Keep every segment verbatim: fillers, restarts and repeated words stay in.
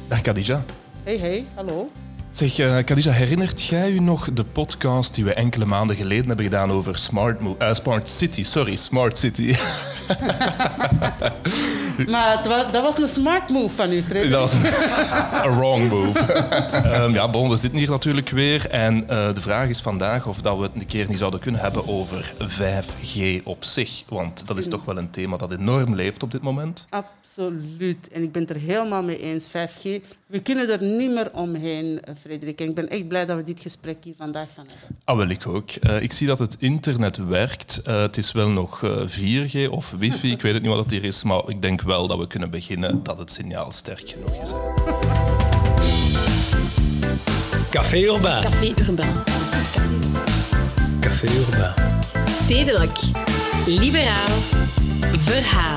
Dag Khadija. Hey, hey, hallo. Zeg, uh, Khadija, herinnert jij je nog de podcast die we enkele maanden geleden hebben gedaan over Smart, Mo- uh, Smart City? Sorry, Smart City. Maar het was, dat was een smart move van u, Frederik. Dat was een a wrong move. um, ja, bon, we zitten hier natuurlijk weer. En uh, de vraag is vandaag of dat we het een keer niet zouden kunnen hebben over vijf G op zich. Want dat is toch wel een thema dat enorm leeft op dit moment. Absoluut. En ik ben het er helemaal mee eens. vijf G, we kunnen er niet meer omheen, Frederik. En ik ben echt blij dat we dit gesprek hier vandaag gaan hebben. Ah, wel, ik ook. Uh, ik zie dat het internet werkt. Uh, het is wel nog uh, vier G of wifi. Ik weet het niet wat het hier is, maar ik denk wel dat we kunnen beginnen dat het signaal sterk genoeg is. Café Urbain. Café Urbain. Café Urbain. Stedelijk. Liberaal. Verhaal.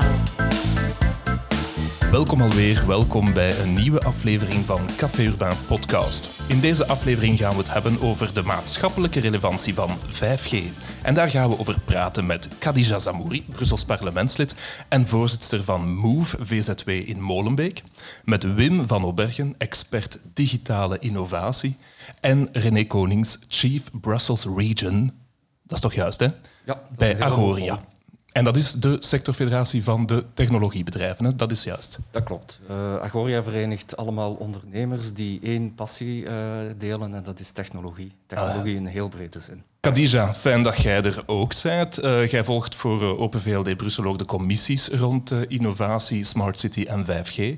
Welkom alweer, welkom bij een nieuwe aflevering van Café Urbain podcast. In deze aflevering gaan we het hebben over de maatschappelijke relevantie van vijf G. En daar gaan we over praten met Khadija Zamouri, Brussels parlementslid en voorzitter van Move V Z W in Molenbeek. Met Wim van Opbergen, expert digitale innovatie. En René Konings, Chief Brussels Region. Dat is toch juist, hè? Ja, dat bij is Agoria. En dat is de sectorfederatie van de technologiebedrijven, hè? Dat is juist. Dat klopt. Uh, Agoria verenigt allemaal ondernemers die één passie uh, delen en dat is technologie. Technologie ah. in een heel brede zin. Khadija, fijn dat jij er ook bent. Uh, jij volgt voor uh, Open V L D Brussel ook de commissies rond uh, innovatie, Smart City en vijf G.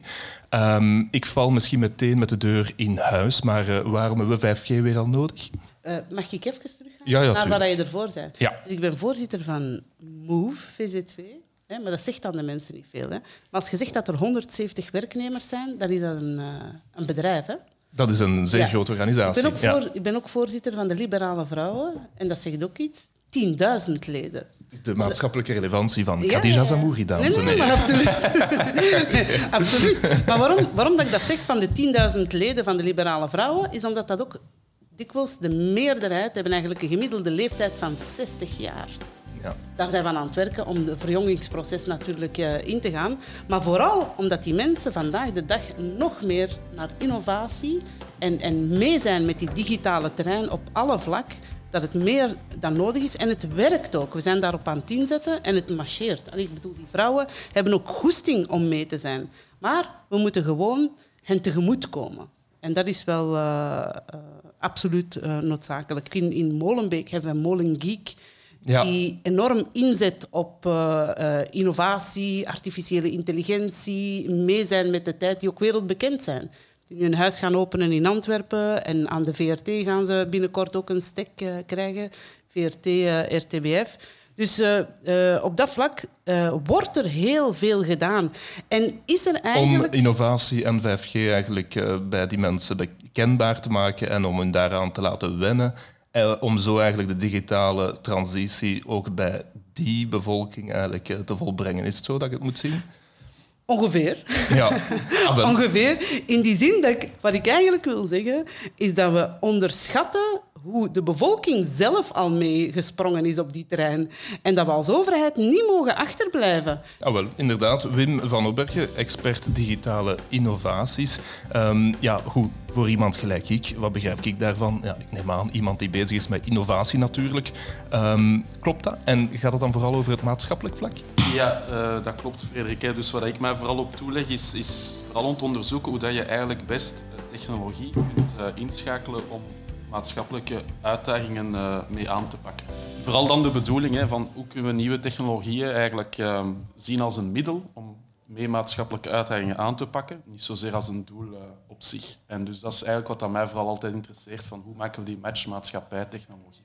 Um, ik val misschien meteen met de deur in huis, maar uh, waarom hebben we vijf G weer al nodig? Uh, mag ik even teruggaan ja, ja, naar tuurlijk. waar je ervoor bent? Ja. Dus ik ben voorzitter van Move V Z W, hè, maar dat zegt aan de mensen niet veel. Hè. Maar als je zegt dat er honderdzeventig werknemers zijn, dan is dat een, uh, een bedrijf. Hè. Dat is een zeer ja. grote organisatie. Ik ben, ook voor, ja. ik ben ook voorzitter van de Liberale Vrouwen en dat zegt ook iets. tienduizend leden. De maatschappelijke relevantie van Khadija ja, Zamouri, dames nee, nee, en heren. Maar absoluut. nee, absoluut. Maar waarom, waarom dat ik dat zeg van de tienduizend leden van de Liberale Vrouwen, is omdat dat ook dikwijls de meerderheid hebben eigenlijk een gemiddelde leeftijd van zestig jaar. Ja. Daar zijn we aan het werken om het verjongingsproces natuurlijk uh, in te gaan. Maar vooral omdat die mensen vandaag de dag nog meer naar innovatie en, en mee zijn met die digitale terrein op alle vlak, dat het meer dan nodig is. En het werkt ook. We zijn daarop aan het inzetten en het marcheert. Allee, ik bedoel, die vrouwen hebben ook goesting om mee te zijn. Maar we moeten gewoon hen tegemoetkomen. En dat is wel uh, uh, absoluut uh, noodzakelijk. In, in Molenbeek hebben we Molengeek, ja. die enorm inzet op uh, uh, innovatie, artificiële intelligentie, mee zijn met de tijd, die ook wereldbekend zijn. Die nu een huis gaan openen in Antwerpen en aan de V R T gaan ze binnenkort ook een stek uh, krijgen, V R T, uh, R T B F. Dus uh, uh, op dat vlak uh, wordt er heel veel gedaan. En is er eigenlijk... Om innovatie en vijf G eigenlijk uh, bij die mensen kenbaar te maken en om hen daaraan te laten wennen. Uh, om zo eigenlijk de digitale transitie ook bij die bevolking eigenlijk uh, te volbrengen. Is het zo dat ik het moet zien? Ongeveer. Ja. Ah, wel. Ongeveer. In die zin, dat ik, wat ik eigenlijk wil zeggen, is dat we onderschatten hoe de bevolking zelf al meegesprongen is op die terrein. En dat we als overheid niet mogen achterblijven. Ah, wel, inderdaad. Wim van Opbergen, expert digitale innovaties. Um, ja, goed, voor iemand gelijk ik, wat begrijp ik daarvan? Ja, ik neem aan, iemand die bezig is met innovatie natuurlijk. Um, klopt dat? En gaat het dan vooral over het maatschappelijk vlak? Ja, uh, dat klopt, Frederik. Dus wat ik mij vooral op toeleg, is, is vooral om te onderzoeken hoe dat je eigenlijk best technologie kunt uh, inschakelen om maatschappelijke uitdagingen uh, mee aan te pakken. Vooral dan de bedoeling hè, van hoe kunnen we nieuwe technologieën eigenlijk uh, zien als een middel om mee maatschappelijke uitdagingen aan te pakken, niet zozeer als een doel uh, op zich. En dus dat is eigenlijk wat aan mij vooral altijd interesseert, van hoe maken we die match maatschappij-technologie.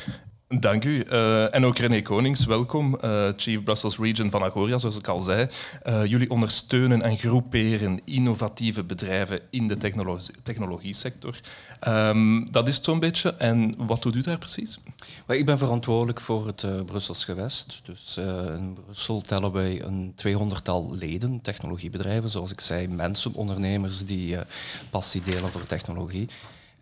Dank u. Uh, en ook René Konings, welkom, uh, Chief Brussels Region van Agoria, zoals ik al zei. Uh, jullie ondersteunen en groeperen innovatieve bedrijven in de technologie- technologiesector. Um, dat is het zo'n beetje. En wat doet u daar precies? Ik ben verantwoordelijk voor het uh, Brussels gewest. Dus uh, in Brussel tellen wij een tweehonderdtal leden, technologiebedrijven, zoals ik zei, mensen, ondernemers die uh, passie delen voor technologie.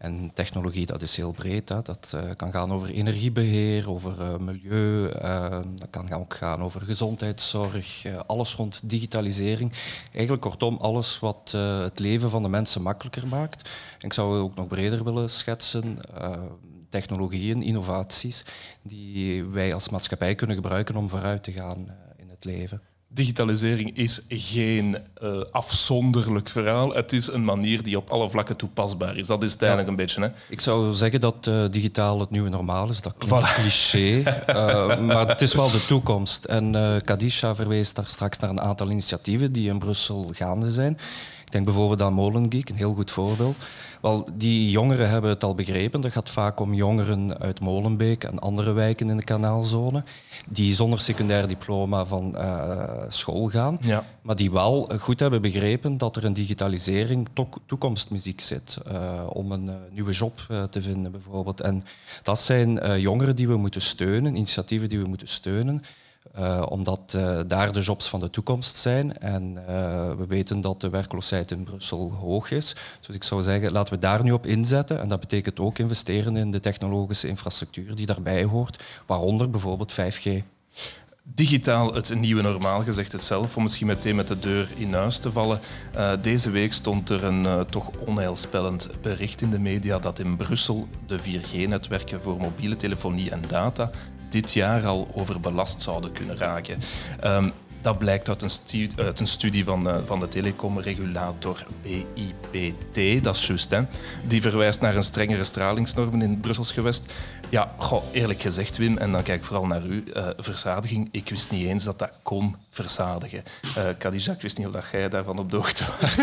En technologie, dat is heel breed. Hè. Dat uh, kan gaan over energiebeheer, over uh, milieu. Uh, dat kan ook gaan over gezondheidszorg. Uh, alles rond digitalisering. Eigenlijk kortom alles wat uh, het leven van de mensen makkelijker maakt. En ik zou het ook nog breder willen schetsen. Uh, technologieën, innovaties die wij als maatschappij kunnen gebruiken om vooruit te gaan uh, in het leven. Digitalisering is geen uh, afzonderlijk verhaal. Het is een manier die op alle vlakken toepasbaar is. Dat is het eigenlijk ja. een beetje. Hè? Ik zou zeggen dat uh, digitaal het nieuwe normaal is. Dat klinkt voilà. cliché. uh, maar het is wel de toekomst. En uh, Kadisha verwees daar straks naar een aantal initiatieven die in Brussel gaande zijn. Ik denk bijvoorbeeld aan Molengeek, een heel goed voorbeeld. Wel, die jongeren hebben het al begrepen. Dat gaat vaak om jongeren uit Molenbeek en andere wijken in de kanaalzone, die zonder secundair diploma van uh, school gaan, ja. maar die wel goed hebben begrepen dat er een digitalisering to- toekomstmuziek zit, uh, om een uh, nieuwe job uh, te vinden bijvoorbeeld. En dat zijn uh, jongeren die we moeten steunen, initiatieven die we moeten steunen, Uh, omdat uh, daar de jobs van de toekomst zijn. En uh, we weten dat de werkloosheid in Brussel hoog is. Dus ik zou zeggen, laten we daar nu op inzetten. En dat betekent ook investeren in de technologische infrastructuur die daarbij hoort, waaronder bijvoorbeeld vijf G. Digitaal het nieuwe normaal, gezegd het zelf, om misschien meteen met de deur in huis te vallen. Uh, deze week stond er een uh, toch onheilspellend bericht in de media dat in Brussel de vier G-netwerken voor mobiele telefonie en data dit jaar al overbelast zouden kunnen raken. Um, dat blijkt uit een studie, uit een studie van, uh, van de telecomregulator B I P T, dat is juist, hè. Die verwijst naar een strengere stralingsnormen in het Brussels gewest. Ja, goh, eerlijk gezegd, Wim, en dan kijk ik vooral naar u, uh, verzadiging, ik wist niet eens dat dat kon verzadigen. Uh, Kadisha, ik wist niet of dat jij daarvan op de hoogte was,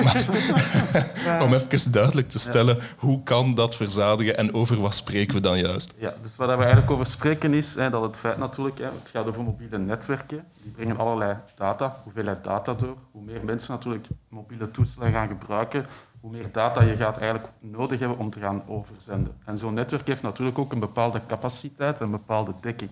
maar om even duidelijk te stellen, ja. hoe kan dat verzadigen en over wat spreken we dan juist? Ja, dus wat we eigenlijk over spreken is hè, dat het feit natuurlijk, hè, het gaat over mobiele netwerken, die brengen allerlei data, hoeveelheid data door. Hoe meer mensen natuurlijk mobiele toestellen gaan gebruiken, hoe meer data je gaat eigenlijk nodig hebben om te gaan overzenden. En zo'n netwerk heeft natuurlijk ook een bepaalde capaciteit, een bepaalde dekking.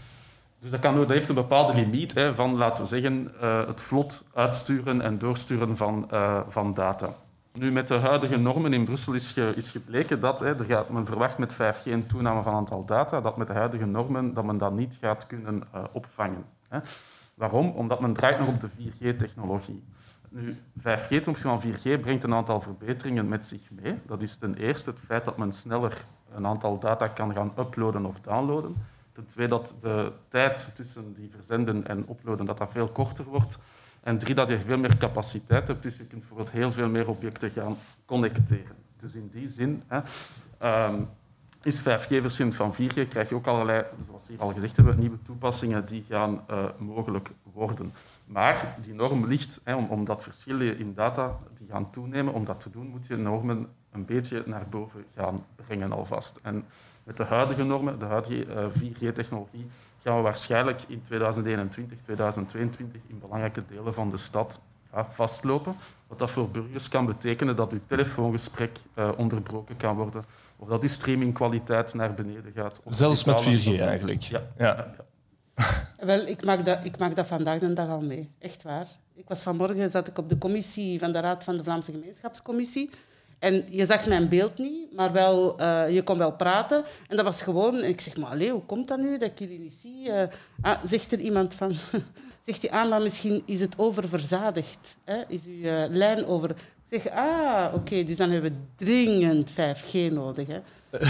Dus dat, kan, dat heeft een bepaalde limiet hè, van, laten we zeggen, uh, het vlot uitsturen en doorsturen van, uh, van data. Nu, met de huidige normen in Brussel is, ge, is gebleken dat hè, er gaat, men verwacht met vijf G een toename van het aantal data, dat met de huidige normen dat men dat niet gaat kunnen uh, opvangen. Hè. Waarom? Omdat men draait nog op de vier G-technologie. Nu, vijf G ten opzichte van vier G brengt een aantal verbeteringen met zich mee. Dat is ten eerste het feit dat men sneller een aantal data kan gaan uploaden of downloaden. Ten tweede dat de tijd tussen die verzenden en uploaden dat dat veel korter wordt. En drie, dat je veel meer capaciteit hebt, dus je kunt bijvoorbeeld heel veel meer objecten gaan connecteren. Dus in die zin hè, um, is vijf G verschillend van vier G, krijg je ook allerlei, zoals we hier al gezegd hebben, nieuwe toepassingen die gaan uh, mogelijk worden. Maar die norm ligt, hè, om, omdat verschillen in data die gaan toenemen, om dat te doen moet je normen een beetje naar boven gaan brengen alvast. En met de huidige normen, de huidige uh, vier G-technologie, gaan we waarschijnlijk in tweeduizend eenentwintig, tweeduizend tweeëntwintig in belangrijke delen van de stad ja, vastlopen. Wat dat voor burgers kan betekenen dat uw telefoongesprek uh, onderbroken kan worden, of dat uw streamingkwaliteit naar beneden gaat. Zelfs met vier G eigenlijk? Ja. ja. ja, ja. Wel, ik maak, dat, ik maak dat vandaag de dag al mee. Echt waar. Ik was vanmorgen zat ik op de commissie van de Raad van de Vlaamse Gemeenschapscommissie. En je zag mijn beeld niet, maar wel, uh, je kon wel praten. En dat was gewoon... En ik zeg, maar allee, hoe komt dat nu dat ik jullie niet zie? Uh, ah, zegt er iemand van... Zegt hij, ah, maar misschien is het oververzadigd. Hè? Is uw uh, lijn over... Ik zeg, ah, oké, okay, dus dan hebben we dringend vijf G nodig. Hè?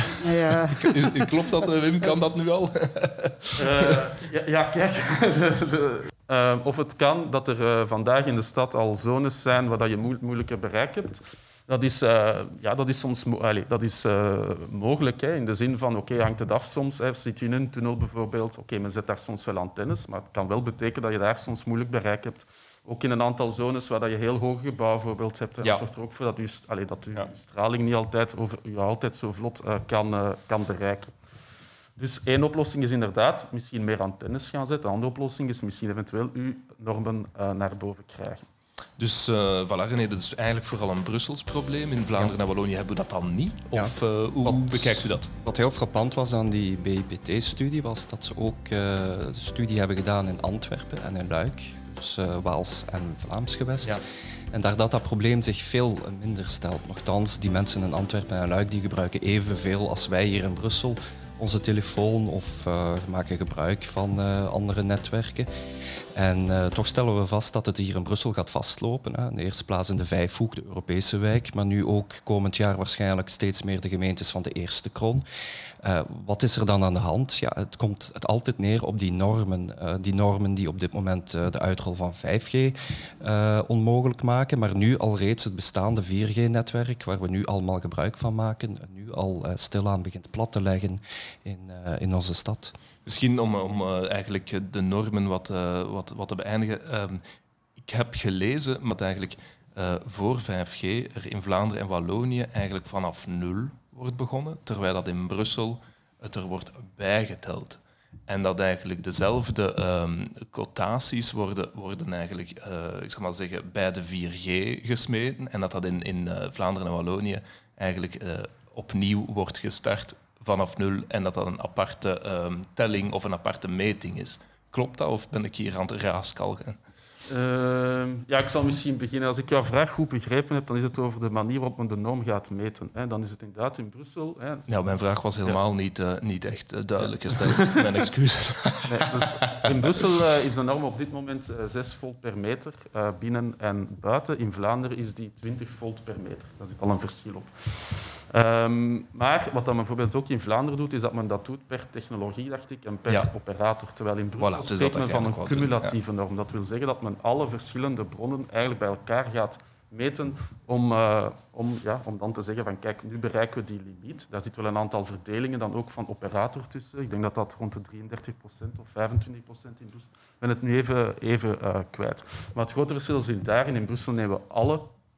Ja. Klopt dat, Wim? Kan dat nu al? uh, ja, ja, kijk. De, de, uh, of het kan dat er uh, vandaag in de stad al zones zijn waar je mo- moeilijker bereik hebt. Dat is, uh, ja, dat is soms mo- allez, dat is, uh, mogelijk, hè, in de zin van, oké, okay, hangt het af soms. Hè, zit je in een tunnel bijvoorbeeld, oké, okay, men zet daar soms wel antennes, maar het kan wel betekenen dat je daar soms moeilijk bereik hebt. Ook in een aantal zones waar je heel hoge gebouwen bijvoorbeeld hebt, dat ja. zorgt er ook voor dat je, allez, dat je ja. straling niet altijd, over, je altijd zo vlot uh, kan, uh, kan bereiken. Dus één oplossing is inderdaad misschien meer antennes gaan zetten. Een andere oplossing is misschien eventueel uw normen uh, naar boven krijgen. Dus uh, voilà, René, dat is eigenlijk vooral een Brussels probleem. In Vlaanderen ja. en Wallonië hebben we dat dan niet? Of ja. uh, hoe wat, bekijkt u dat? Wat heel frappant was aan die B I P T-studie, was dat ze ook uh, een studie hebben gedaan in Antwerpen en in Luik. dus uh, Waals en Vlaams gewest. Ja. En daar dat dat probleem zich veel minder stelt. Nochtans, die mensen in Antwerpen en Luik die gebruiken evenveel als wij hier in Brussel onze telefoon of uh, maken gebruik van uh, andere netwerken. En uh, toch stellen we vast dat het hier in Brussel gaat vastlopen. Hè. In de eerste plaats in de Vijfhoek, de Europese wijk, maar nu ook komend jaar waarschijnlijk steeds meer de gemeentes van de Eerste Kroon. Uh, wat is er dan aan de hand? Ja, het komt het altijd neer op die normen. Uh, die normen die op dit moment uh, de uitrol van vijf G uh, onmogelijk maken, maar nu al reeds het bestaande vier G-netwerk, waar we nu allemaal gebruik van maken, nu al uh, stilaan begint plat te leggen in, uh, in onze stad. Misschien om, om uh, eigenlijk de normen wat, uh, wat, wat te beëindigen. Uh, ik heb gelezen dat eigenlijk uh, voor vijf G er in Vlaanderen en Wallonië eigenlijk vanaf nul wordt begonnen, terwijl dat in Brussel het er wordt bijgeteld. En dat eigenlijk dezelfde um, quotaties worden, worden eigenlijk, uh, ik zal maar zeggen, bij de vier G gesmeten en dat dat in, in uh, Vlaanderen en Wallonië eigenlijk uh, opnieuw wordt gestart vanaf nul en dat dat een aparte um, telling of een aparte meting is. Klopt dat of ben ik hier aan het raaskalken? Uh, ja, ik zal misschien beginnen. Als ik jouw vraag goed begrepen heb, dan is het over de manier waarop men de norm gaat meten. Hè. Dan is het inderdaad in Brussel. Hè. Ja, mijn vraag was helemaal ja. niet, uh, niet echt uh, duidelijk gesteld. Mijn excuses. Nee, dus in Brussel uh, is de norm op dit moment uh, zes volt per meter uh, binnen en buiten. In Vlaanderen is die twintig volt per meter. Daar zit al een verschil op. Um, maar wat men bijvoorbeeld ook in Vlaanderen doet, is dat men dat doet per technologie, dacht ik, en per ja. operator. Terwijl in Brussel voilà, spreekt men van een cumulatieve doen, ja. norm. Dat wil zeggen dat men alle verschillende bronnen eigenlijk bij elkaar gaat meten om, uh, om, ja, om dan te zeggen van kijk, nu bereiken we die limiet. Daar zit wel een aantal verdelingen dan ook van operator tussen. Ik denk dat dat rond de drieëndertig procent of vijfentwintig procent in Brussel. Ik ben het nu even, even uh, kwijt. Maar het grote verschil zit daarin. In Brussel nemen we alle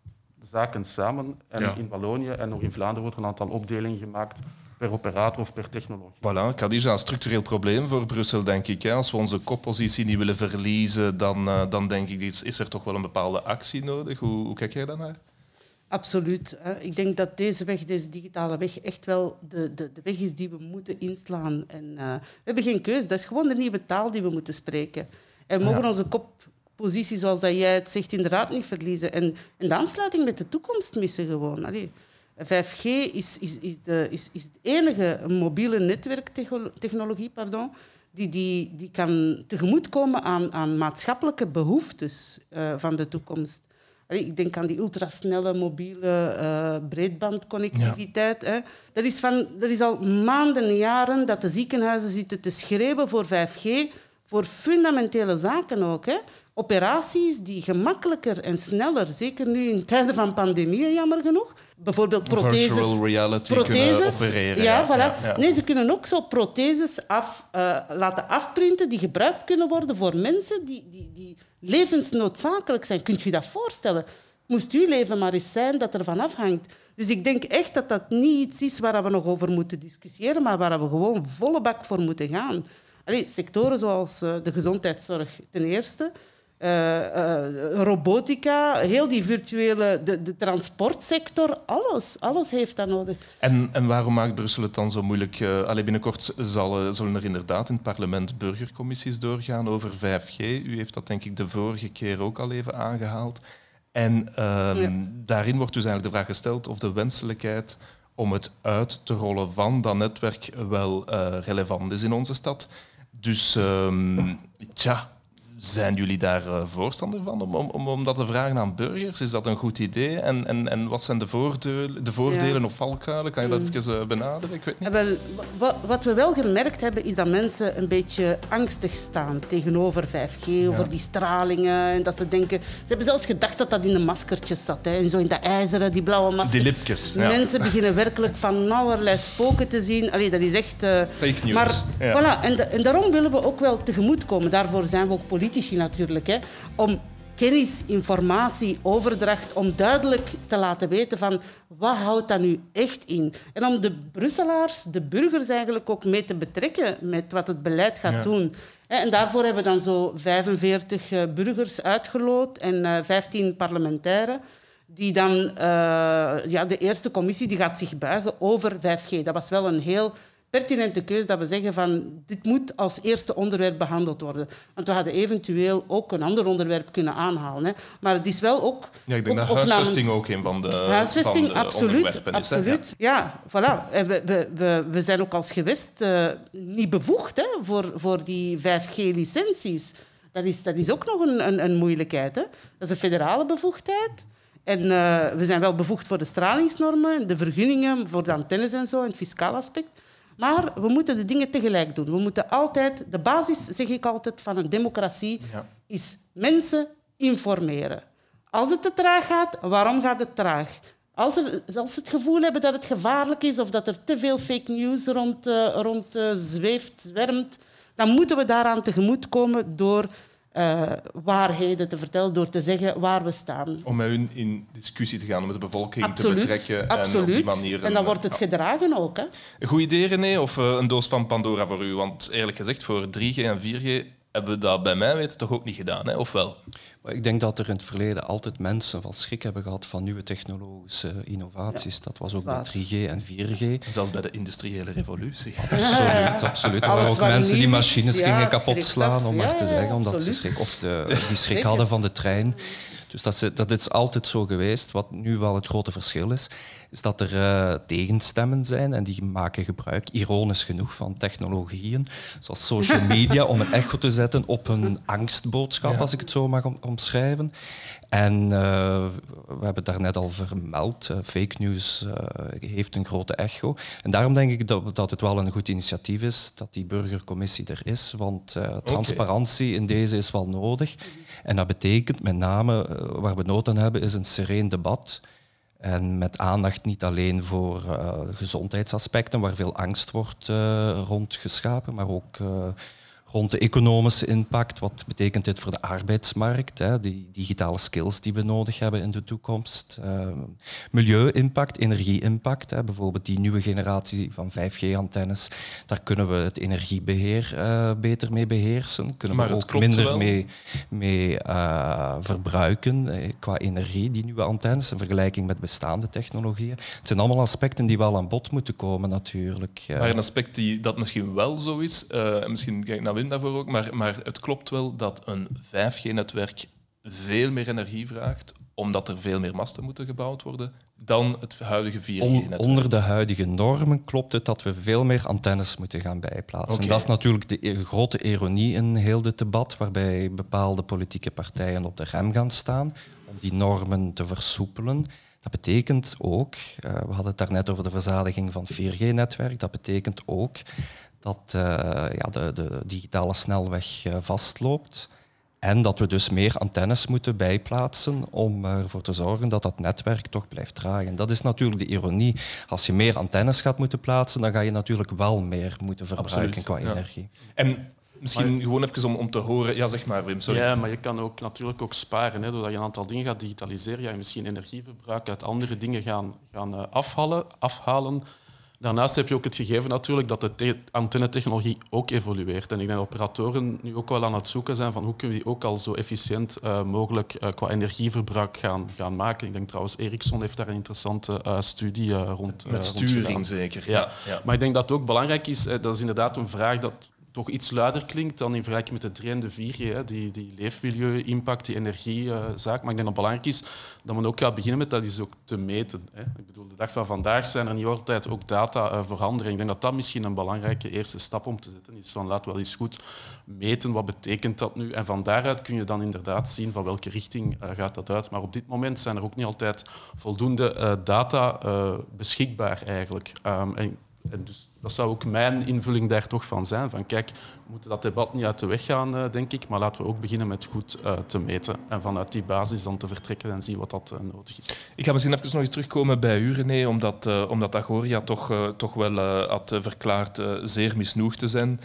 zaken samen. En ja. in Wallonië en nog in Vlaanderen wordt er een aantal opdelingen gemaakt per operator of per technologie. Voilà, Khadija, een structureel probleem voor Brussel, denk ik. Hè. Als we onze koppositie niet willen verliezen, dan, uh, dan denk ik, is, is er toch wel een bepaalde actie nodig. Hoe, hoe kijk jij daarnaar? Absoluut. Ik denk dat deze weg, deze digitale weg, echt wel de, de, de weg is die we moeten inslaan. En, uh, we hebben geen keuze. Dat is gewoon de nieuwe taal die we moeten spreken. En we mogen ja. onze koppositie, zoals dat jij het zegt, inderdaad niet verliezen. En, en de aansluiting met de toekomst missen gewoon. Allee. vijf G is, is, is, de, is, is het enige mobiele netwerktechnologie pardon, die, die, die kan tegemoetkomen aan, aan maatschappelijke behoeftes uh, van de toekomst. Allee, ik denk aan die ultrasnelle mobiele uh, breedbandconnectiviteit. Ja. Hè. Dat is van, er is al maanden en jaren dat de ziekenhuizen zitten te schreeuwen voor vijf G, voor fundamentele zaken ook. Hè. Operaties die gemakkelijker en sneller, zeker nu in tijden van pandemie, jammer genoeg, bijvoorbeeld protheses. Virtual reality protheses, kunnen opereren. Ja, ja, voilà. ja, ja. Nee, ze kunnen ook zo protheses af, uh, laten afprinten die gebruikt kunnen worden voor mensen die, die, die levensnoodzakelijk zijn. Kunt u dat voorstellen? Moest uw leven maar eens zijn dat er van afhangt. Dus ik denk echt dat dat niet iets is waar we nog over moeten discussiëren, maar waar we gewoon volle bak voor moeten gaan. Allee, sectoren zoals uh, de gezondheidszorg ten eerste, uh, uh, robotica, heel die virtuele, de, de transportsector, alles, alles heeft dat nodig. En, en waarom maakt Brussel het dan zo moeilijk? Uh, allee, binnenkort zal, zullen er inderdaad in het parlement burgercommissies doorgaan over vijf G. U heeft dat denk ik de vorige keer ook al even aangehaald. En um, ja. daarin wordt dus eigenlijk de vraag gesteld of de wenselijkheid om het uit te rollen van dat netwerk wel uh, relevant is in onze stad. Dus, um, tja, zijn jullie daar uh, voorstander van om, om, om dat te vragen aan burgers? Is dat een goed idee? En, en, en wat zijn de voordelen, de voordelen ja. of valkuilen? Kan je dat even uh, benaderen? Ik weet niet. Ja, wel, wat, wat we wel gemerkt hebben, is dat mensen een beetje angstig staan tegenover vijf G, over ja. die stralingen. En dat ze denken... Ze hebben zelfs gedacht dat dat in de maskertjes zat. Hè, en zo in dat ijzeren, die blauwe masker. Die lipjes. Ja. Mensen beginnen werkelijk van allerlei spoken te zien. Allee, dat is echt... Uh, Fake news. Maar, ja. voilà, en, de, en daarom willen we ook wel tegemoetkomen. Daarvoor zijn we ook politici natuurlijk, hè, om kennis, informatie, overdracht, om duidelijk te laten weten van wat houdt dat nu echt in. En om de Brusselaars, de burgers eigenlijk ook mee te betrekken met wat het beleid gaat ja. doen. En daarvoor hebben we dan zo vijfenveertig burgers uitgeloot en vijftien parlementairen die dan... Uh, ja, de eerste commissie die gaat zich buigen over vijf G. Dat was wel een heel pertinente keuze dat we zeggen van dit moet als eerste onderwerp behandeld worden. Want we hadden eventueel ook een ander onderwerp kunnen aanhalen. Hè. Maar het is wel ook... Ja, ik denk ook, dat ook huisvesting namens... ook een van de, huisvesting, van de absoluut, onderwerpen is. absoluut. Hè? Ja. Ja, voilà. En we, we, we, we zijn ook als gewest uh, niet bevoegd hè, voor, voor die vijf G-licenties. Dat is, dat is ook nog een, een, een moeilijkheid. Hè. Dat is een federale bevoegdheid. En uh, we zijn wel bevoegd voor de stralingsnormen, de vergunningen voor de antennes en zo, en het fiscaal aspect. Maar we moeten de dingen tegelijk doen. We moeten altijd... De basis, zeg ik altijd, van een democratie ja. is mensen informeren. Als het te traag gaat, waarom gaat het traag? Als, er, als ze het gevoel hebben dat het gevaarlijk is of dat er te veel fake news rond, uh, rond uh, zweeft, zwermt, dan moeten we daaraan tegemoetkomen door uh, waarheden te vertellen, door te zeggen waar we staan. Om met hun in discussie te gaan, om de bevolking absoluut, te betrekken. Absoluut. En op die manier... En dan wordt het gedragen ook. Hè? Een goed idee, René, of uh, een doos van Pandora voor u? Want eerlijk gezegd, voor drie G en vier G hebben we dat bij mij weten toch ook niet gedaan, hè? Of wel? Ik denk dat er in het verleden altijd mensen van schrik hebben gehad van nieuwe technologische innovaties. Ja, dat was ook bij drie G en vier G. En zelfs bij de industriële revolutie. Absoluut, absoluut. Er waren ook mensen die machines gingen ja, kapot slaan, om maar ja, te zeggen, omdat absoluut. ze schrik, of de, die schrik hadden van de trein. Dus dat is, dat is altijd zo geweest. Wat nu wel het grote verschil is, is dat er uh, tegenstemmen zijn en die maken gebruik, ironisch genoeg, van technologieën, zoals social media, om een echo te zetten op een angstboodschap, ja. als ik het zo mag om, omschrijven. En uh, we hebben het daarnet al vermeld, uh, fake news uh, heeft een grote echo. En daarom denk ik dat, dat het wel een goed initiatief is dat die burgercommissie er is, want uh, transparantie okay. in deze is wel nodig. En dat betekent met name, uh, waar we nood aan hebben, is een sereen debat. En met aandacht niet alleen voor uh, gezondheidsaspecten, waar veel angst wordt uh, rondgeschapen, maar ook uh, rond de economische impact. Wat betekent dit voor de arbeidsmarkt? Hè? Die digitale skills die we nodig hebben in de toekomst. Uh, milieu-impact, energie-impact. Hè? Bijvoorbeeld die nieuwe generatie van vijf G-antennes. Daar kunnen we het energiebeheer uh, beter mee beheersen. Kunnen maar we ook minder mee, mee uh, verbruiken eh, qua energie, die nieuwe antennes, in vergelijking met bestaande technologieën. Het zijn allemaal aspecten die wel aan bod moeten komen, natuurlijk. Maar een aspect die, dat misschien wel zo is, uh, misschien kijk ik naar Wim daarvoor ook, maar, maar het klopt wel dat een vijf G-netwerk veel meer energie vraagt, omdat er veel meer masten moeten gebouwd worden, dan het huidige vier G-netwerk. Onder de huidige normen klopt het dat we veel meer antennes moeten gaan bijplaatsen. Okay. En dat is natuurlijk de grote ironie in heel dit debat, waarbij bepaalde politieke partijen op de rem gaan staan om die normen te versoepelen. Dat betekent ook, uh, we hadden het daarnet over de verzadiging van het vier G-netwerk, dat betekent ook dat uh, ja, de, de digitale snelweg uh, vastloopt en dat we dus meer antennes moeten bijplaatsen om ervoor te zorgen dat dat netwerk toch blijft dragen. Dat is natuurlijk de ironie. Als je meer antennes gaat moeten plaatsen, dan ga je natuurlijk wel meer moeten verbruiken Absoluut, qua ja. energie. En misschien maar, gewoon even om, om te horen... Ja, zeg maar, Wim, sorry. Ja, maar je kan ook natuurlijk ook sparen. Hè, doordat je een aantal dingen gaat digitaliseren, ga je misschien energieverbruik uit andere dingen gaan, gaan uh, afhalen, afhalen. Daarnaast heb je ook het gegeven natuurlijk dat de te- antennetechnologie ook evolueert. En ik denk dat operatoren nu ook wel aan het zoeken zijn van hoe kunnen we die ook al zo efficiënt uh, mogelijk uh, qua energieverbruik gaan, gaan maken. Ik denk trouwens, Ericsson heeft daar een interessante uh, studie uh, rond. Met uh, sturing rond zeker. Ja. Ja. Ja. Maar ik denk dat het ook belangrijk is, uh, dat is inderdaad een vraag dat toch iets luider klinkt dan in vergelijking met de drie en de vier G. Hè. Die, die leefmilieu-impact, die energiezaak. Uh, maar ik denk dat het belangrijk is dat men ook gaat beginnen met dat is ook te meten. Hè. Ik bedoel, de dag van vandaag zijn er niet altijd ook data uh, voorhanden. Ik denk dat dat misschien een belangrijke eerste stap om te zetten is. Van, laten we wel eens goed meten, wat betekent dat nu? En van daaruit kun je dan inderdaad zien van welke richting uh, gaat dat uit. Maar op dit moment zijn er ook niet altijd voldoende uh, data uh, beschikbaar eigenlijk. Um, en, en dus dat zou ook mijn invulling daar toch van zijn. Van kijk, we moeten dat debat niet uit de weg gaan, uh, denk ik, maar laten we ook beginnen met goed uh, te meten en vanuit die basis dan te vertrekken en zien wat dat uh, nodig is. Ik ga misschien even nog eens terugkomen bij u, René, omdat, uh, omdat Agoria toch, uh, toch wel uh, had uh, verklaard uh, zeer misnoegd te zijn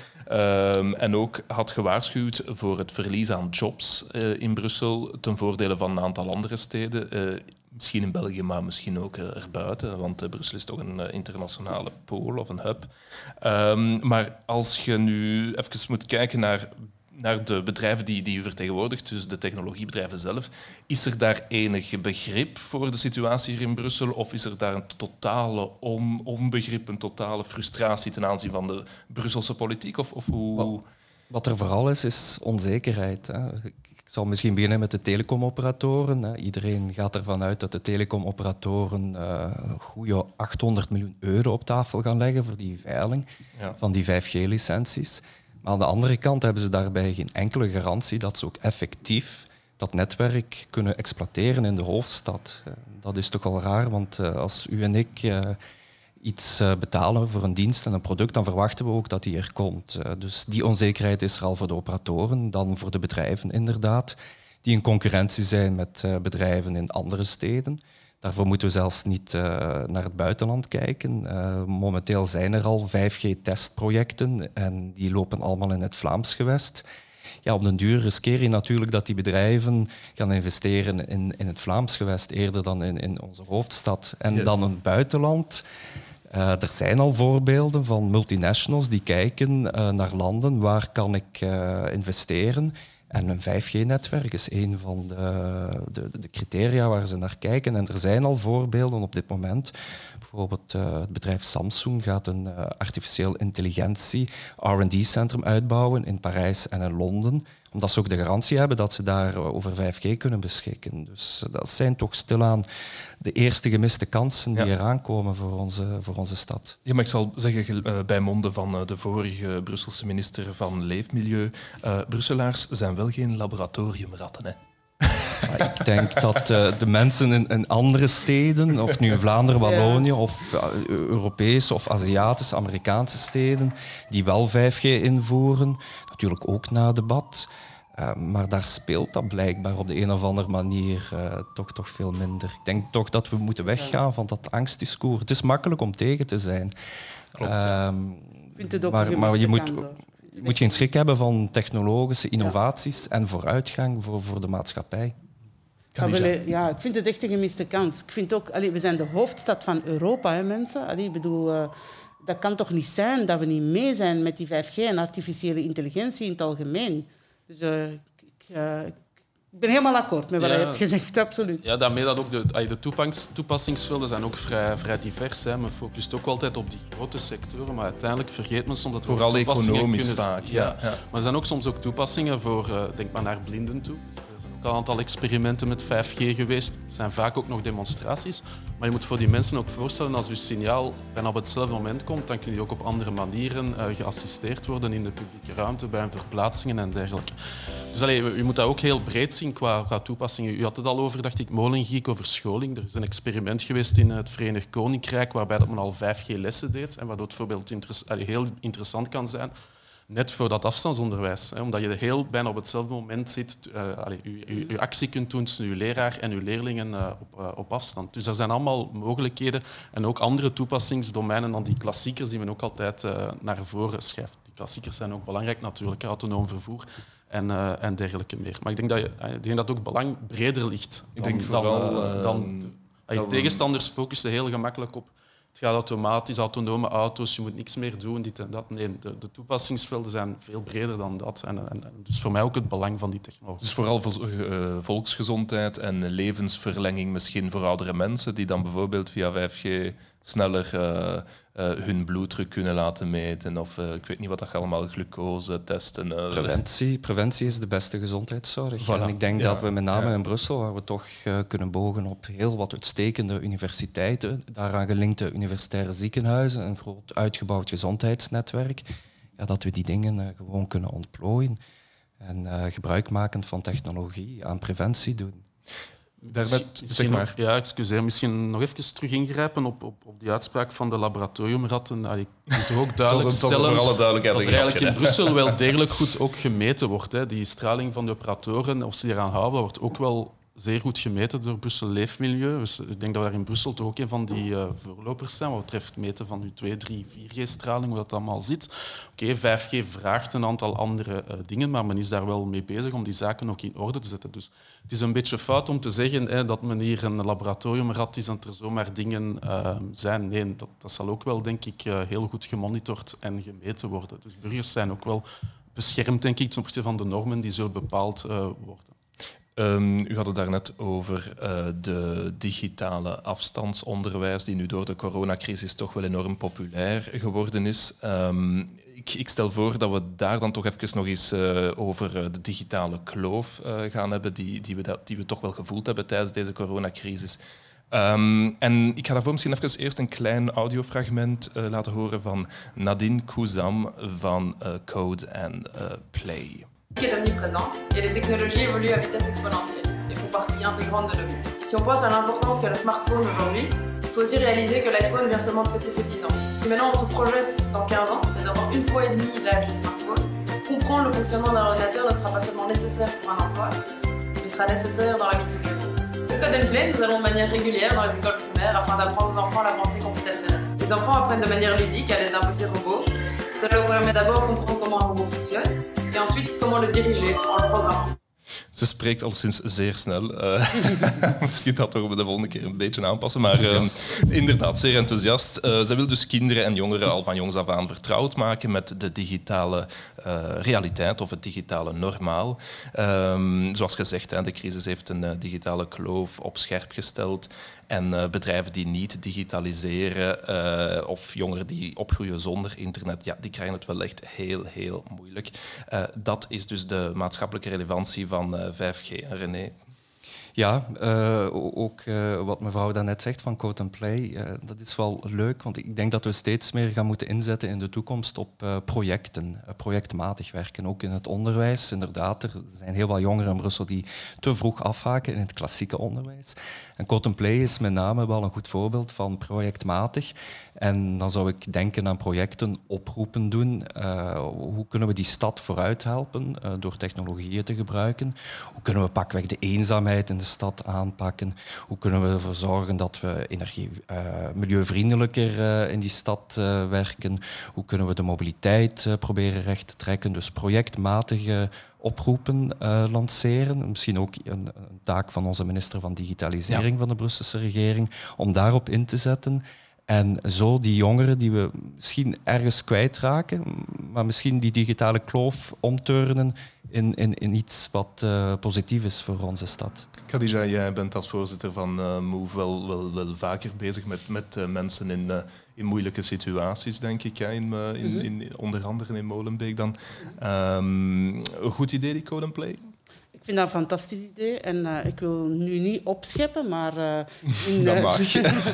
uh, en ook had gewaarschuwd voor het verlies aan jobs uh, in Brussel ten voordele van een aantal andere steden. Uh, Misschien in België, maar misschien ook uh, erbuiten, want uh, Brussel is toch een uh, internationale pool of een hub. Um, maar als je nu even moet kijken naar, naar de bedrijven die, die u vertegenwoordigt, dus de technologiebedrijven zelf. Is er daar enig begrip voor de situatie hier in Brussel of is er daar een totale on, onbegrip, een totale frustratie ten aanzien van de Brusselse politiek? Of, of hoe... Wat er vooral is, is onzekerheid. Hè. Ik zal misschien beginnen met de telecomoperatoren. Hè. Iedereen gaat ervan uit dat de telecomoperatoren uh, een goede achthonderd miljoen euro op tafel gaan leggen voor die veiling ja. van die vijf G licenties. Maar aan de andere kant hebben ze daarbij geen enkele garantie dat ze ook effectief dat netwerk kunnen exploiteren in de hoofdstad. Dat is toch wel raar, want uh, als u en ik uh, iets uh, betalen voor een dienst en een product, dan verwachten we ook dat die er komt. Uh, dus die onzekerheid is er al voor de operatoren, dan voor de bedrijven inderdaad, die in concurrentie zijn met uh, bedrijven in andere steden. Daarvoor moeten we zelfs niet uh, naar het buitenland kijken. Uh, momenteel zijn er al vijf G-testprojecten en die lopen allemaal in het Vlaams gewest. Ja, op den duur riskeer je natuurlijk dat die bedrijven gaan investeren in, in het Vlaams gewest eerder dan in, in onze hoofdstad. En ja. dan het buitenland. Uh, er zijn al voorbeelden van multinationals die kijken uh, naar landen waar kan ik uh, investeren. En een vijf G-netwerk is een van de, de, de criteria waar ze naar kijken. En er zijn al voorbeelden op dit moment. Bijvoorbeeld uh, het bedrijf Samsung gaat een uh, artificieel intelligentie R en D-centrum uitbouwen in Parijs en in Londen. Omdat ze ook de garantie hebben dat ze daar over vijf G kunnen beschikken. Dus dat zijn toch stilaan de eerste gemiste kansen die ja. eraan komen voor onze, voor onze stad. Ja, maar ik zal zeggen, uh, bij monden van uh, de vorige Brusselse minister van Leefmilieu, uh, Brusselaars zijn wel geen laboratoriumratten, hè? Maar ik denk dat uh, de mensen in, in andere steden, of nu in Vlaanderen, Wallonië, ja. of uh, Europese of Aziatische, Amerikaanse steden, die wel vijf G invoeren, natuurlijk ook na debat, uh, maar daar speelt dat blijkbaar op de een of andere manier uh, toch, toch veel minder. Ik denk toch dat we moeten weggaan van dat angstdiscours. Het is makkelijk om tegen te zijn. Klopt, ja. um, maar, maar je moet... Je moet geen schrik hebben van technologische innovaties ja. en vooruitgang voor, voor de maatschappij. Ja, wel, ja, ik vind het echt een gemiste kans. Ik vind ook, allee, we zijn de hoofdstad van Europa, hè, mensen. Allee, ik bedoel, uh, dat kan toch niet zijn dat we niet mee zijn met die vijf G en artificiële intelligentie in het algemeen. Dus uh, ik, uh, ik ben helemaal akkoord met wat ja, je hebt gezegd, absoluut. Ja, daarmee dat ook de, de toepangs, toepassingsvelden zijn ook vrij, vrij divers. Hè. Men focust ook altijd op die grote sectoren, maar uiteindelijk vergeet men soms dat we vooral economisch kunnen, vaak. Ja, ja. Ja. Maar er zijn ook soms ook toepassingen voor, uh, denk maar naar blinden toe. Er zijn ook al een aantal experimenten met vijf G geweest. Er zijn vaak ook nog demonstraties. Maar je moet voor die mensen ook voorstellen, als je signaal bijna op hetzelfde moment komt, dan kun je ook op andere manieren uh, geassisteerd worden in de publieke ruimte, bij een verplaatsingen en dergelijke. Dus allee, je moet dat ook heel breed zien qua, qua toepassingen. U had het al over, dacht ik, molengiek over scholing. Er is een experiment geweest in het Verenigd Koninkrijk waarbij dat men al vijf G lessen deed en waardoor het bijvoorbeeld interess- allee, heel interessant kan zijn. Net voor dat afstandsonderwijs. Hè, omdat je heel bijna op hetzelfde moment zit. Uh, allee, je, je, je actie kunt doen tussen je leraar en je leerlingen uh, op, uh, op afstand. Dus er zijn allemaal mogelijkheden en ook andere toepassingsdomeinen dan die klassiekers die men ook altijd uh, naar voren schrijft. Die klassiekers zijn ook belangrijk natuurlijk, autonoom vervoer en, uh, en dergelijke meer. Maar ik denk dat, je, ik denk dat het ook belang breder ligt dan, ik denk vooral, dan, uh, dan uh, je tegenstanders focussen heel gemakkelijk op het gaat automatisch, autonome auto's, je moet niks meer doen, dit en dat. Nee, de, de toepassingsvelden zijn veel breder dan dat. En, en, en dus voor mij ook het belang van die technologie. Dus vooral vol, uh, volksgezondheid en levensverlenging misschien voor oudere mensen die dan bijvoorbeeld via vijf G sneller uh, uh, hun bloeddruk kunnen laten meten of uh, ik weet niet wat dat allemaal, glucose testen. Uh. Preventie, preventie is de beste gezondheidszorg. Voilà. En ik denk ja. dat we met name ja. in Brussel, waar we toch uh, kunnen bogen op heel wat uitstekende universiteiten, daaraan gelinkte universitaire ziekenhuizen, een groot uitgebouwd gezondheidsnetwerk, ja, dat we die dingen uh, gewoon kunnen ontplooien en uh, gebruikmakend van technologie aan preventie doen. Daarbij, zeg maar. Ja, excuseer. Misschien nog even terug ingrijpen op, op, op die uitspraak van de laboratoriumratten. Ik moet toch ook duidelijk stellen dat er eigenlijk grapje, in Brussel wel degelijk goed ook gemeten wordt. Hè. Die straling van de operatoren, of ze die eraan houden, wordt ook wel zeer goed gemeten door Brussel Leefmilieu. Dus ik denk dat we daar in Brussel toch ook een van die uh, voorlopers zijn wat betreft meten van uw twee, drie, vier G-straling, hoe dat allemaal zit. Oké, okay, vijf G vraagt een aantal andere uh, dingen, maar men is daar wel mee bezig om die zaken ook in orde te zetten. Dus het is een beetje fout om te zeggen hè, dat men hier een laboratoriumrat is en er zomaar dingen uh, zijn. Nee, dat, dat zal ook wel, denk ik, uh, heel goed gemonitord en gemeten worden. Dus burgers zijn ook wel beschermd, denk ik, ten opzichte van de normen die zullen bepaald uh, worden. Um, u had het daarnet over uh, de digitale afstandsonderwijs die nu door de coronacrisis toch wel enorm populair geworden is. Um, ik, ik stel voor dat we daar dan toch even nog eens uh, over de digitale kloof uh, gaan hebben die, die, we dat, die we toch wel gevoeld hebben tijdens deze coronacrisis. Um, en ik ga daarvoor misschien even eerst een klein audiofragment uh, laten horen van Nadine Kouzam van uh, Code and uh, Play. Qui est omniprésente et les technologies évoluent à vitesse exponentielle et font partie intégrante de nos vies. Si on pense à l'importance qu'a le smartphone aujourd'hui, il faut aussi réaliser que l'iPhone vient seulement de fêter ses dix ans. Si maintenant on se projette dans quinze ans, c'est-à-dire dans une fois et demie l'âge du smartphone, comprendre le fonctionnement d'un ordinateur ne sera pas seulement nécessaire pour un emploi, mais sera nécessaire dans la vie de tous les jours. Le Code and Play, nous allons de manière régulière dans les écoles primaires afin d'apprendre aux enfants la pensée computationnelle. Les enfants apprennent de manière ludique à l'aide d'un petit robot. Ça leur permet d'abord de comprendre comment un robot fonctionne et ensuite comment le diriger en le programmant. Ze spreekt al sinds zeer snel. Uh, misschien dat we de volgende keer een beetje aanpassen. Maar uh, inderdaad, zeer enthousiast. Uh, zij wil dus kinderen en jongeren al van jongs af aan vertrouwd maken met de digitale uh, realiteit of het digitale normaal. Um, zoals gezegd, hè, de crisis heeft een uh, digitale kloof op scherp gesteld. En uh, bedrijven die niet digitaliseren uh, of jongeren die opgroeien zonder internet, ja, die krijgen het wel echt heel, heel moeilijk. Uh, dat is dus de maatschappelijke relevantie van uh, vijf G, René. Ja, uh, ook uh, wat mevrouw daarnet zegt van Code and Play, uh, dat is wel leuk, want ik denk dat we steeds meer gaan moeten inzetten in de toekomst op uh, projecten, uh, projectmatig werken, ook in het onderwijs. Inderdaad, er zijn heel wat jongeren in Brussel die te vroeg afhaken in het klassieke onderwijs. En Code and Play is met name wel een goed voorbeeld van projectmatig. En dan zou ik denken aan projecten, oproepen doen. Uh, hoe kunnen we die stad vooruit helpen uh, door technologieën te gebruiken? Hoe kunnen we pakweg de eenzaamheid in de stad aanpakken? Hoe kunnen we ervoor zorgen dat we energie, uh, milieuvriendelijker uh, in die stad uh, werken? Hoe kunnen we de mobiliteit uh, proberen recht te trekken? Dus projectmatige oproepen uh, lanceren. Misschien ook een, een taak van onze minister van Digitalisering ja. van de Brusselse regering, om daarop in te zetten. En zo die jongeren die we misschien ergens kwijtraken, maar misschien die digitale kloof omturnen in, in, in iets wat uh, positief is voor onze stad. Khadija, jij bent als voorzitter van uh, Move wel, wel, wel vaker bezig met, met uh, mensen in, uh, in moeilijke situaties, denk ik. Hè, in, uh, in, in, onder andere in Molenbeek dan. Um, een goed idee, die Code and Play? Ik vind dat een fantastisch idee en uh, ik wil nu niet opscheppen, maar uh, in, dat mag.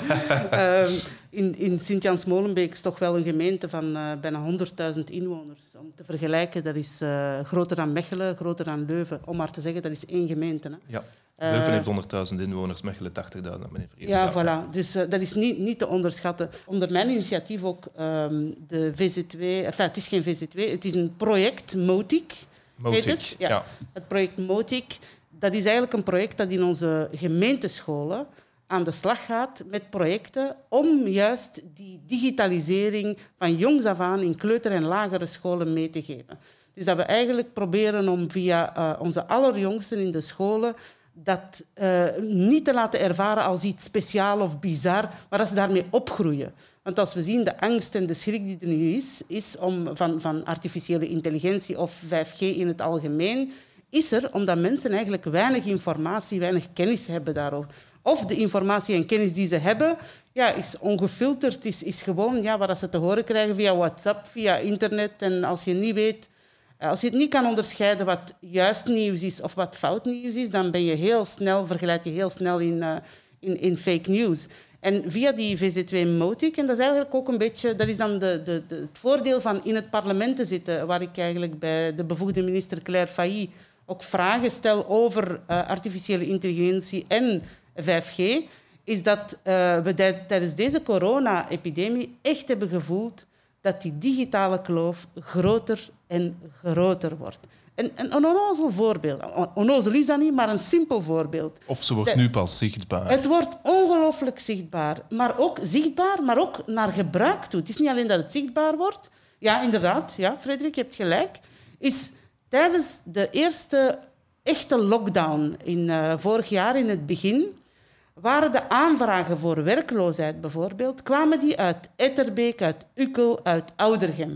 uh, in, in Sint-Jans-Molenbeek is toch wel een gemeente van uh, bijna honderdduizend inwoners. Om te vergelijken, dat is uh, groter dan Mechelen, groter dan Leuven. Om maar te zeggen, dat is één gemeente. Hè. Ja. Leuven heeft honderdduizend inwoners, Mechelen tachtigduizend. Ja, voilà. Dus uh, dat is niet, niet te onderschatten. Onder mijn initiatief ook um, de V Z W... Enfin, het is geen V Z W, het is een project, MOTIC. Motic, heet het? Ja. ja. Het project Motic, dat is eigenlijk een project dat in onze gemeentescholen aan de slag gaat met projecten om juist die digitalisering van jongs af aan in kleuter- en lagere scholen mee te geven. Dus dat we eigenlijk proberen om via uh, onze allerjongsten in de scholen dat uh, niet te laten ervaren als iets speciaal of bizar, maar dat ze daarmee opgroeien. Want als we zien, de angst en de schrik die er nu is, is om van, van artificiële intelligentie of vijf G in het algemeen, is er omdat mensen eigenlijk weinig informatie, weinig kennis hebben daarover. Of de informatie en kennis die ze hebben, ja, is ongefilterd, is, is gewoon ja, wat ze te horen krijgen via WhatsApp, via internet. En als je niet weet, als je het niet kan onderscheiden wat juist nieuws is of wat fout nieuws is, dan ben je heel snel, vergelijk je heel snel in, uh, in, in fake news. En via die V Z W Motic, en dat is eigenlijk ook een beetje, dat is dan de, de, de, het voordeel van in het parlement te zitten, waar ik eigenlijk bij de bevoegde minister Claire Failly ook vragen stel over uh, artificiële intelligentie en vijf G, is dat uh, we d- tijdens deze corona-epidemie echt hebben gevoeld dat die digitale kloof groter en groter wordt. Een, een onnozel voorbeeld. Onnozel is dat niet, maar een simpel voorbeeld. Of ze wordt de, nu pas zichtbaar. Het wordt ongelooflijk zichtbaar. Maar ook zichtbaar, maar ook naar gebruik toe. Het is niet alleen dat het zichtbaar wordt. Ja, inderdaad. Ja, Frederik, je hebt gelijk. Is tijdens de eerste echte lockdown in uh, vorig jaar, in het begin, waren de aanvragen voor werkloosheid bijvoorbeeld, kwamen die uit Etterbeek, uit Ukkel, uit Oudergem.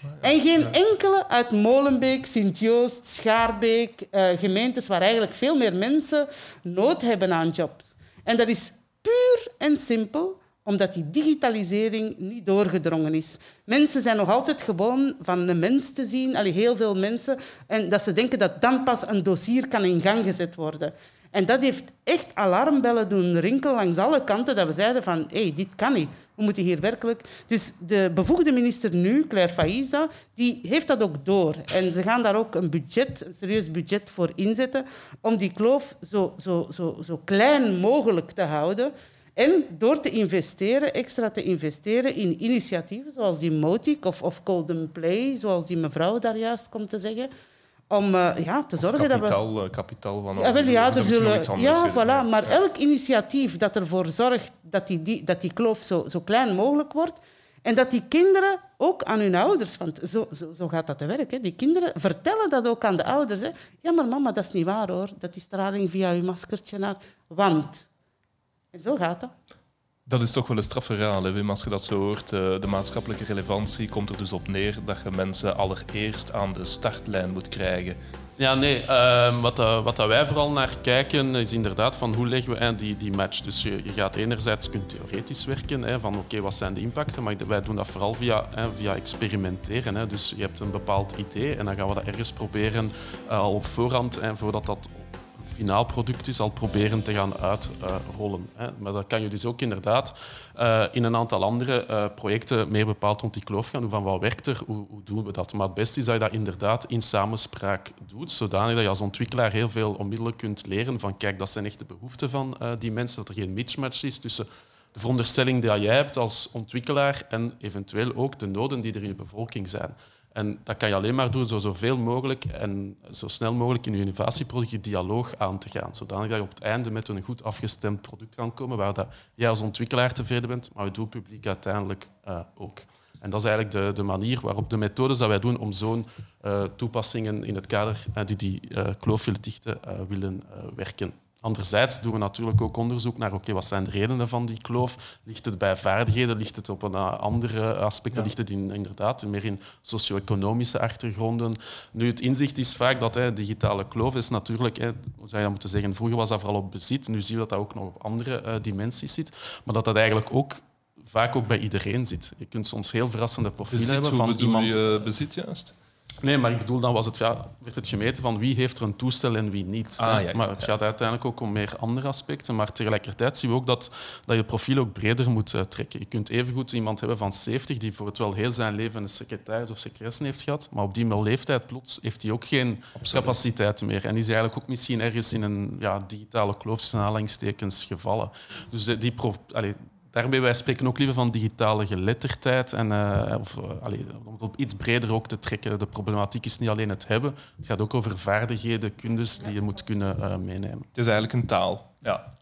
En geen enkele uit Molenbeek, Sint-Joost, Schaarbeek, uh, gemeentes waar eigenlijk veel meer mensen nood hebben aan jobs. En dat is puur en simpel omdat die digitalisering niet doorgedrongen is. Mensen zijn nog altijd gewoon van een mens te zien, allee, heel veel mensen, en dat ze denken dat dan pas een dossier kan in gang gezet worden. En dat heeft echt alarmbellen doen rinkelen langs alle kanten, dat we zeiden van, hé, hey, dit kan niet. We moeten hier werkelijk... Dus de bevoegde minister nu, Claire Faiza, die heeft dat ook door. En ze gaan daar ook een budget, een serieus budget voor inzetten om die kloof zo, zo, zo, zo klein mogelijk te houden. En door te investeren, extra te investeren in initiatieven zoals die Motic of, of Golden Play, zoals die mevrouw daar juist komt te zeggen, om uh, ja, te zorgen kapitaal, dat we... Kapitaal van... Ja, wel, ja, er zullen... ja voilà, maar ja. elk initiatief dat ervoor zorgt dat die, die, dat die kloof zo, zo klein mogelijk wordt en dat die kinderen ook aan hun ouders... Want zo, zo, zo gaat dat te werk. Hè. Die kinderen vertellen dat ook aan de ouders. Hè. Ja, maar mama, dat is niet waar, hoor. Dat die straling via je maskertje naar... Want... En zo gaat dat. Dat is toch wel een strafverhaal, hè, Wim, als je dat zo hoort. De maatschappelijke relevantie komt er dus op neer dat je mensen allereerst aan de startlijn moet krijgen. Ja, nee. Uh, wat, uh, wat dat wij vooral naar kijken is inderdaad van hoe leggen we uh, die, die match. Dus je, je gaat enerzijds kunt theoretisch werken, hè, van oké, okay, wat zijn de impacten, maar wij doen dat vooral via, hè, via experimenteren. Hè. Dus je hebt een bepaald idee en dan gaan we dat ergens proberen uh, al op voorhand, hè, voordat dat finaal product is, al proberen te gaan uitrollen. Uh, maar dat kan je dus ook inderdaad uh, in een aantal andere uh, projecten meer bepaald rond die kloof gaan doen. Van wat werkt er, hoe, hoe doen we dat? Maar het beste is dat je dat inderdaad in samenspraak doet, zodanig dat je als ontwikkelaar heel veel onmiddellijk kunt leren van kijk, dat zijn echt de behoeften van uh, die mensen, dat er geen mismatch is tussen de veronderstelling die jij hebt als ontwikkelaar en eventueel ook de noden die er in je bevolking zijn. En dat kan je alleen maar doen door zoveel mogelijk en zo snel mogelijk in je innovatieproduct die dialoog aan te gaan. Zodanig dat je op het einde met een goed afgestemd product kan komen waar dat jij als ontwikkelaar tevreden bent, maar het doelpubliek uiteindelijk uh, ook. En dat is eigenlijk de, de manier waarop de methodes dat wij doen om zo'n uh, toepassingen in het kader uh, die die uh, kloof willen dichten, uh, willen uh, werken. Anderzijds doen we natuurlijk ook onderzoek naar okay, wat zijn de redenen van die kloof. Ligt het bij vaardigheden? Ligt het op een andere aspecten? Ja. Ligt het in, inderdaad meer in socio-economische achtergronden? Nu, het inzicht is vaak dat hè, digitale kloof is natuurlijk, hè, hoe zou je dat moeten zeggen, vroeger was dat vooral op bezit. Nu zien we dat dat ook nog op andere uh, dimensies zit. Maar dat dat eigenlijk ook vaak ook bij iedereen zit. Je kunt soms heel verrassende profielen bezit, hebben van hoe bedoel iemand... je bezit juist? Nee, maar ik bedoel, dan was het, ja, werd het gemeten van wie heeft er een toestel en wie niet. Ah, ja, ja, maar het ja. gaat uiteindelijk ook om meer andere aspecten. Maar tegelijkertijd zien we ook dat, dat je profiel ook breder moet uh, trekken. Je kunt evengoed iemand hebben van zeventig die voor het wel heel zijn leven een secretaris of secretaresse heeft gehad, maar op die leeftijd plots heeft hij ook geen Absoluut. capaciteit meer. En is hij eigenlijk ook misschien ergens in een ja, digitale kloof tussen aanhalingstekens gevallen. Dus die... die pro- allez, Daarbij wij spreken ook liever van digitale geletterdheid. En, uh, of, uh, allee, om het op iets breder ook te trekken. De problematiek is niet alleen het hebben. Het gaat ook over vaardigheden, kundes die je moet kunnen uh, meenemen. Het is eigenlijk een taal. Ja.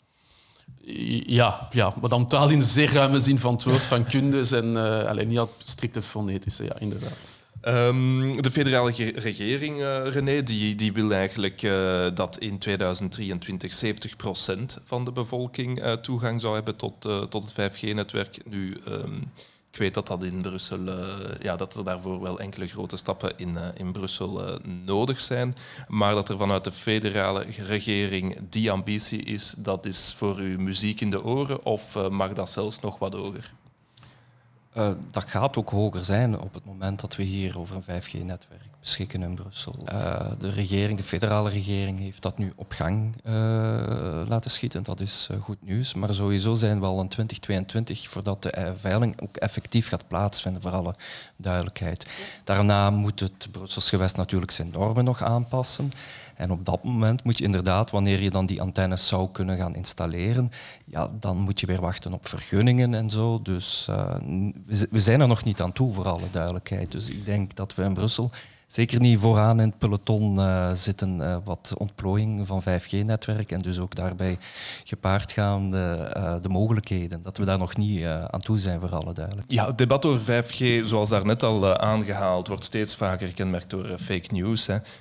Ja, ja, maar dan taal in de zeer ruime zin van het woord van kundes. En uh, allee, niet al strikt het fonetische, ja, inderdaad. Um, de federale ge- regering, uh, René, die, die wil eigenlijk uh, dat in tweeduizend drieëntwintig zeventig procent van de bevolking uh, toegang zou hebben tot, uh, tot het vijf G-netwerk. Nu, um, ik weet dat dat in Brussel, uh, ja, dat er daarvoor wel enkele grote stappen in, uh, in Brussel uh, nodig zijn, maar dat er vanuit de federale regering die ambitie is, dat is voor u muziek in de oren of uh, mag dat zelfs nog wat hoger? Uh, dat gaat ook hoger zijn op het moment dat we hier over een vijf G-netwerk beschikken in Brussel. Uh, de regering, de federale regering, heeft dat nu op gang uh, laten schieten. Dat is uh, goed nieuws. Maar sowieso zijn we al in twintig tweeëntwintig voordat de uh, veiling ook effectief gaat plaatsvinden, voor alle duidelijkheid. Daarna moet het Brussels gewest natuurlijk zijn normen nog aanpassen. En op dat moment moet je inderdaad, wanneer je dan die antennes zou kunnen gaan installeren, ja, dan moet je weer wachten op vergunningen en zo. Dus uh, we zijn er nog niet aan toe, voor alle duidelijkheid. Dus ik denk dat we in Brussel zeker niet vooraan in het peloton uh, zitten uh, wat ontplooiing van vijf G-netwerk en dus ook daarbij gepaard gaan de, uh, de mogelijkheden. Dat we daar nog niet uh, aan toe zijn, voor alle duidelijkheid. Ja, het debat over vijf G, zoals daarnet al uh, aangehaald, wordt steeds vaker gekenmerkt door uh, fake news. Hè.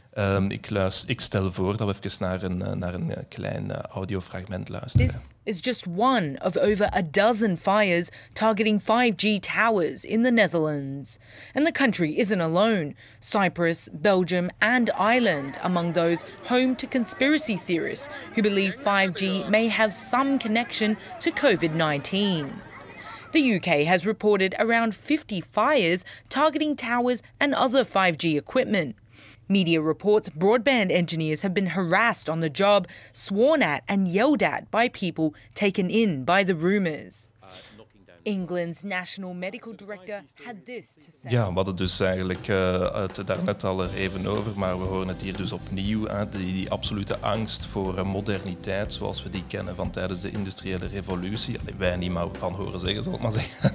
Um, ik, luister, ik stel voor dat we even naar een, naar een klein uh, audiofragment luisteren. This is just one of over a dozen fires targeting five G towers in the Netherlands. And the country isn't alone. Cyprus, Belgium and Ireland among those home to conspiracy theorists who believe five G may have some connection to COVID nineteen. The U K has reported around fifty fires targeting towers and other five G equipment. Media reports broadband engineers have been harassed on the job, sworn at and yelled at by people taken in by the rumours. England's National Medical Director had this to say. Ja, we hadden dus eigenlijk uh, het daarnet al er even over, maar we horen het hier dus opnieuw. Hè, die, die absolute angst voor uh, moderniteit, zoals we die kennen van tijdens de industriële revolutie. Allee, wij niet, maar van horen zeggen, zal ik maar zeggen.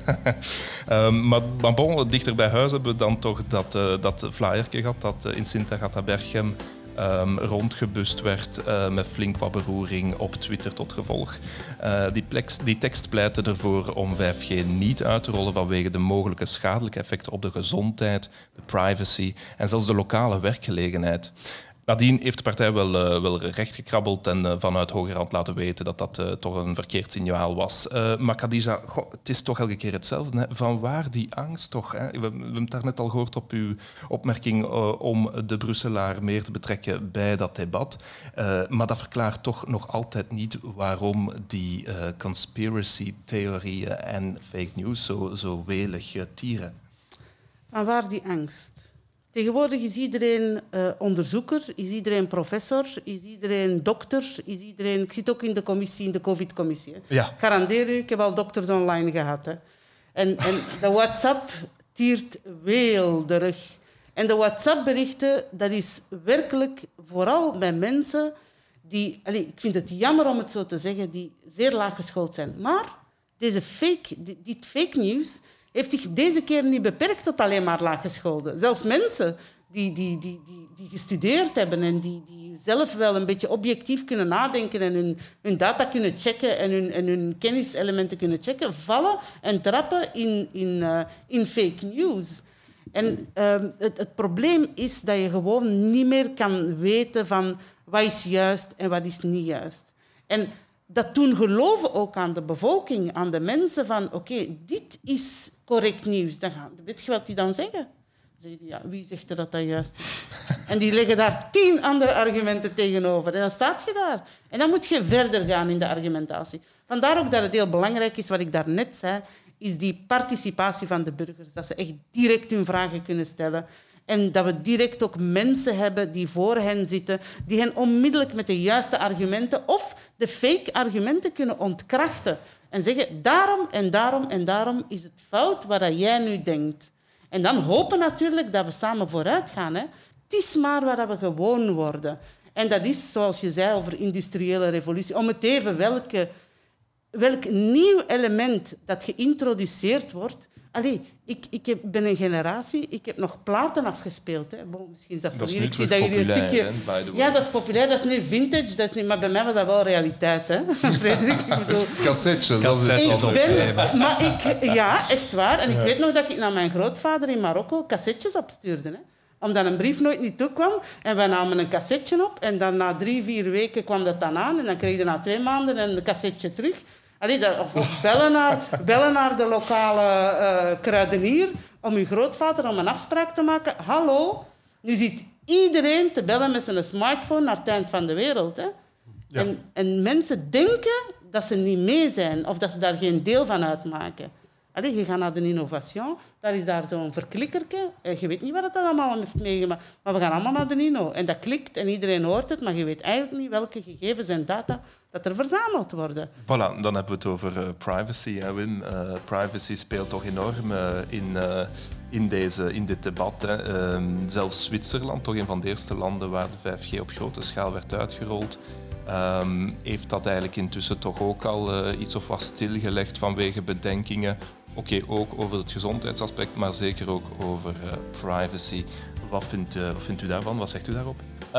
um, maar, maar bon, dichter bij huis hebben we dan toch dat, uh, dat flyertje gehad, dat uh, in Sint-Agatha-Berchem Um, rondgebust werd uh, met flink wat beroering op Twitter tot gevolg. Uh, die, plex, die tekst pleitte ervoor om vijf G niet uit te rollen vanwege de mogelijke schadelijke effecten op de gezondheid, de privacy en zelfs de lokale werkgelegenheid. Nadien heeft de partij wel, uh, wel rechtgekrabbeld en uh, vanuit Hogerhand laten weten dat dat uh, toch een verkeerd signaal was. Uh, maar Khadija, goh, het is toch elke keer hetzelfde. Hè? Van waar die angst toch? Hè? We, we hebben het daarnet al gehoord op uw opmerking uh, om de Brusselaar meer te betrekken bij dat debat. Uh, maar dat verklaart toch nog altijd niet waarom die uh, conspiracy-theorieën en fake news zo, zo welig uh, tieren. Van waar die angst? Tegenwoordig is iedereen uh, onderzoeker, is iedereen professor, is iedereen dokter, is iedereen... Ik zit ook in de commissie, in de COVID-commissie. Hè. Ja. Garandeer u, ik heb al dokters online gehad. Hè. En, en de WhatsApp tiert weelderig. En de WhatsApp-berichten, dat is werkelijk vooral bij mensen die... Allez, ik vind het jammer om het zo te zeggen, die zeer laag geschoold zijn. Maar deze fake, dit fake news heeft zich deze keer niet beperkt tot alleen maar laaggescholden. Zelfs mensen die, die, die, die, die gestudeerd hebben en die, die zelf wel een beetje objectief kunnen nadenken en hun, hun data kunnen checken en hun, en hun kenniselementen kunnen checken, vallen en trappen in, in, uh, in fake news. En uh, het, het probleem is dat je gewoon niet meer kan weten van wat is juist en wat is niet juist. En dat doen geloven ook aan de bevolking, aan de mensen, van oké, okay, dit is correct nieuws. Dan gaan, weet je wat die dan zeggen? Dan zeggen die, ja, wie zegt er dat dat juist is? En die leggen daar tien andere argumenten tegenover. En dan staat je daar. En dan moet je verder gaan in de argumentatie. Vandaar ook dat het heel belangrijk is, wat ik daarnet zei, is die participatie van de burgers. Dat ze echt direct hun vragen kunnen stellen. En dat we direct ook mensen hebben die voor hen zitten, die hen onmiddellijk met de juiste argumenten of de fake argumenten kunnen ontkrachten. En zeggen, daarom en daarom en daarom is het fout wat jij nu denkt. En dan hopen natuurlijk dat we samen vooruit gaan. Hè. Het is maar waar we gewoon worden. En dat is, zoals je zei, over industriële revolutie. Om het even welke, welk nieuw element dat geïntroduceerd wordt. Allee, ik, ik heb, ben een generatie, ik heb nog platen afgespeeld. Hè. Bon, misschien is dat, dat voor is jullie. nu Ik zie dat jullie een stukje... Hè, by the way. Ja, dat is populair, dat is nu vintage, dat is niet... maar bij mij was dat wel realiteit. Hè. Frederik, ik bedoel... Cassettes, Cassettes Ik ben, maar ik, ja, echt waar. En ik weet nog dat ik naar mijn grootvader in Marokko cassettes opstuurde. Hè. Omdat een brief nooit niet toekwam. En wij namen een cassetje op. En dan na drie, vier weken kwam dat dan aan. En dan kreeg je na twee maanden een cassetje terug. Allee, dat, of, of bellen, naar, bellen naar de lokale uh, kruidenier om uw grootvader om een afspraak te maken. Hallo, nu zit iedereen te bellen met zijn smartphone naar het eind van de wereld. Hè? Ja. En, en mensen denken dat ze niet mee zijn of dat ze daar geen deel van uitmaken. Allee, je gaat naar de innovation, daar is daar zo'n verklikkertje. Je weet niet wat het allemaal heeft meegemaakt, maar we gaan allemaal naar de inno. En dat klikt en iedereen hoort het, maar je weet eigenlijk niet welke gegevens en data dat er verzameld worden. Voilà, dan hebben we het over uh, privacy, hè, Wim. Uh, privacy speelt toch enorm uh, in, uh, in, deze, in dit debat. Hè. Uh, zelfs Zwitserland, toch een van de eerste landen waar de vijf G op grote schaal werd uitgerold, um, heeft dat eigenlijk intussen toch ook al uh, iets of wat stilgelegd vanwege bedenkingen. Oké, okay, ook over het gezondheidsaspect, maar zeker ook over uh, privacy. Wat vindt, uh, wat vindt u daarvan? Wat zegt u daarop?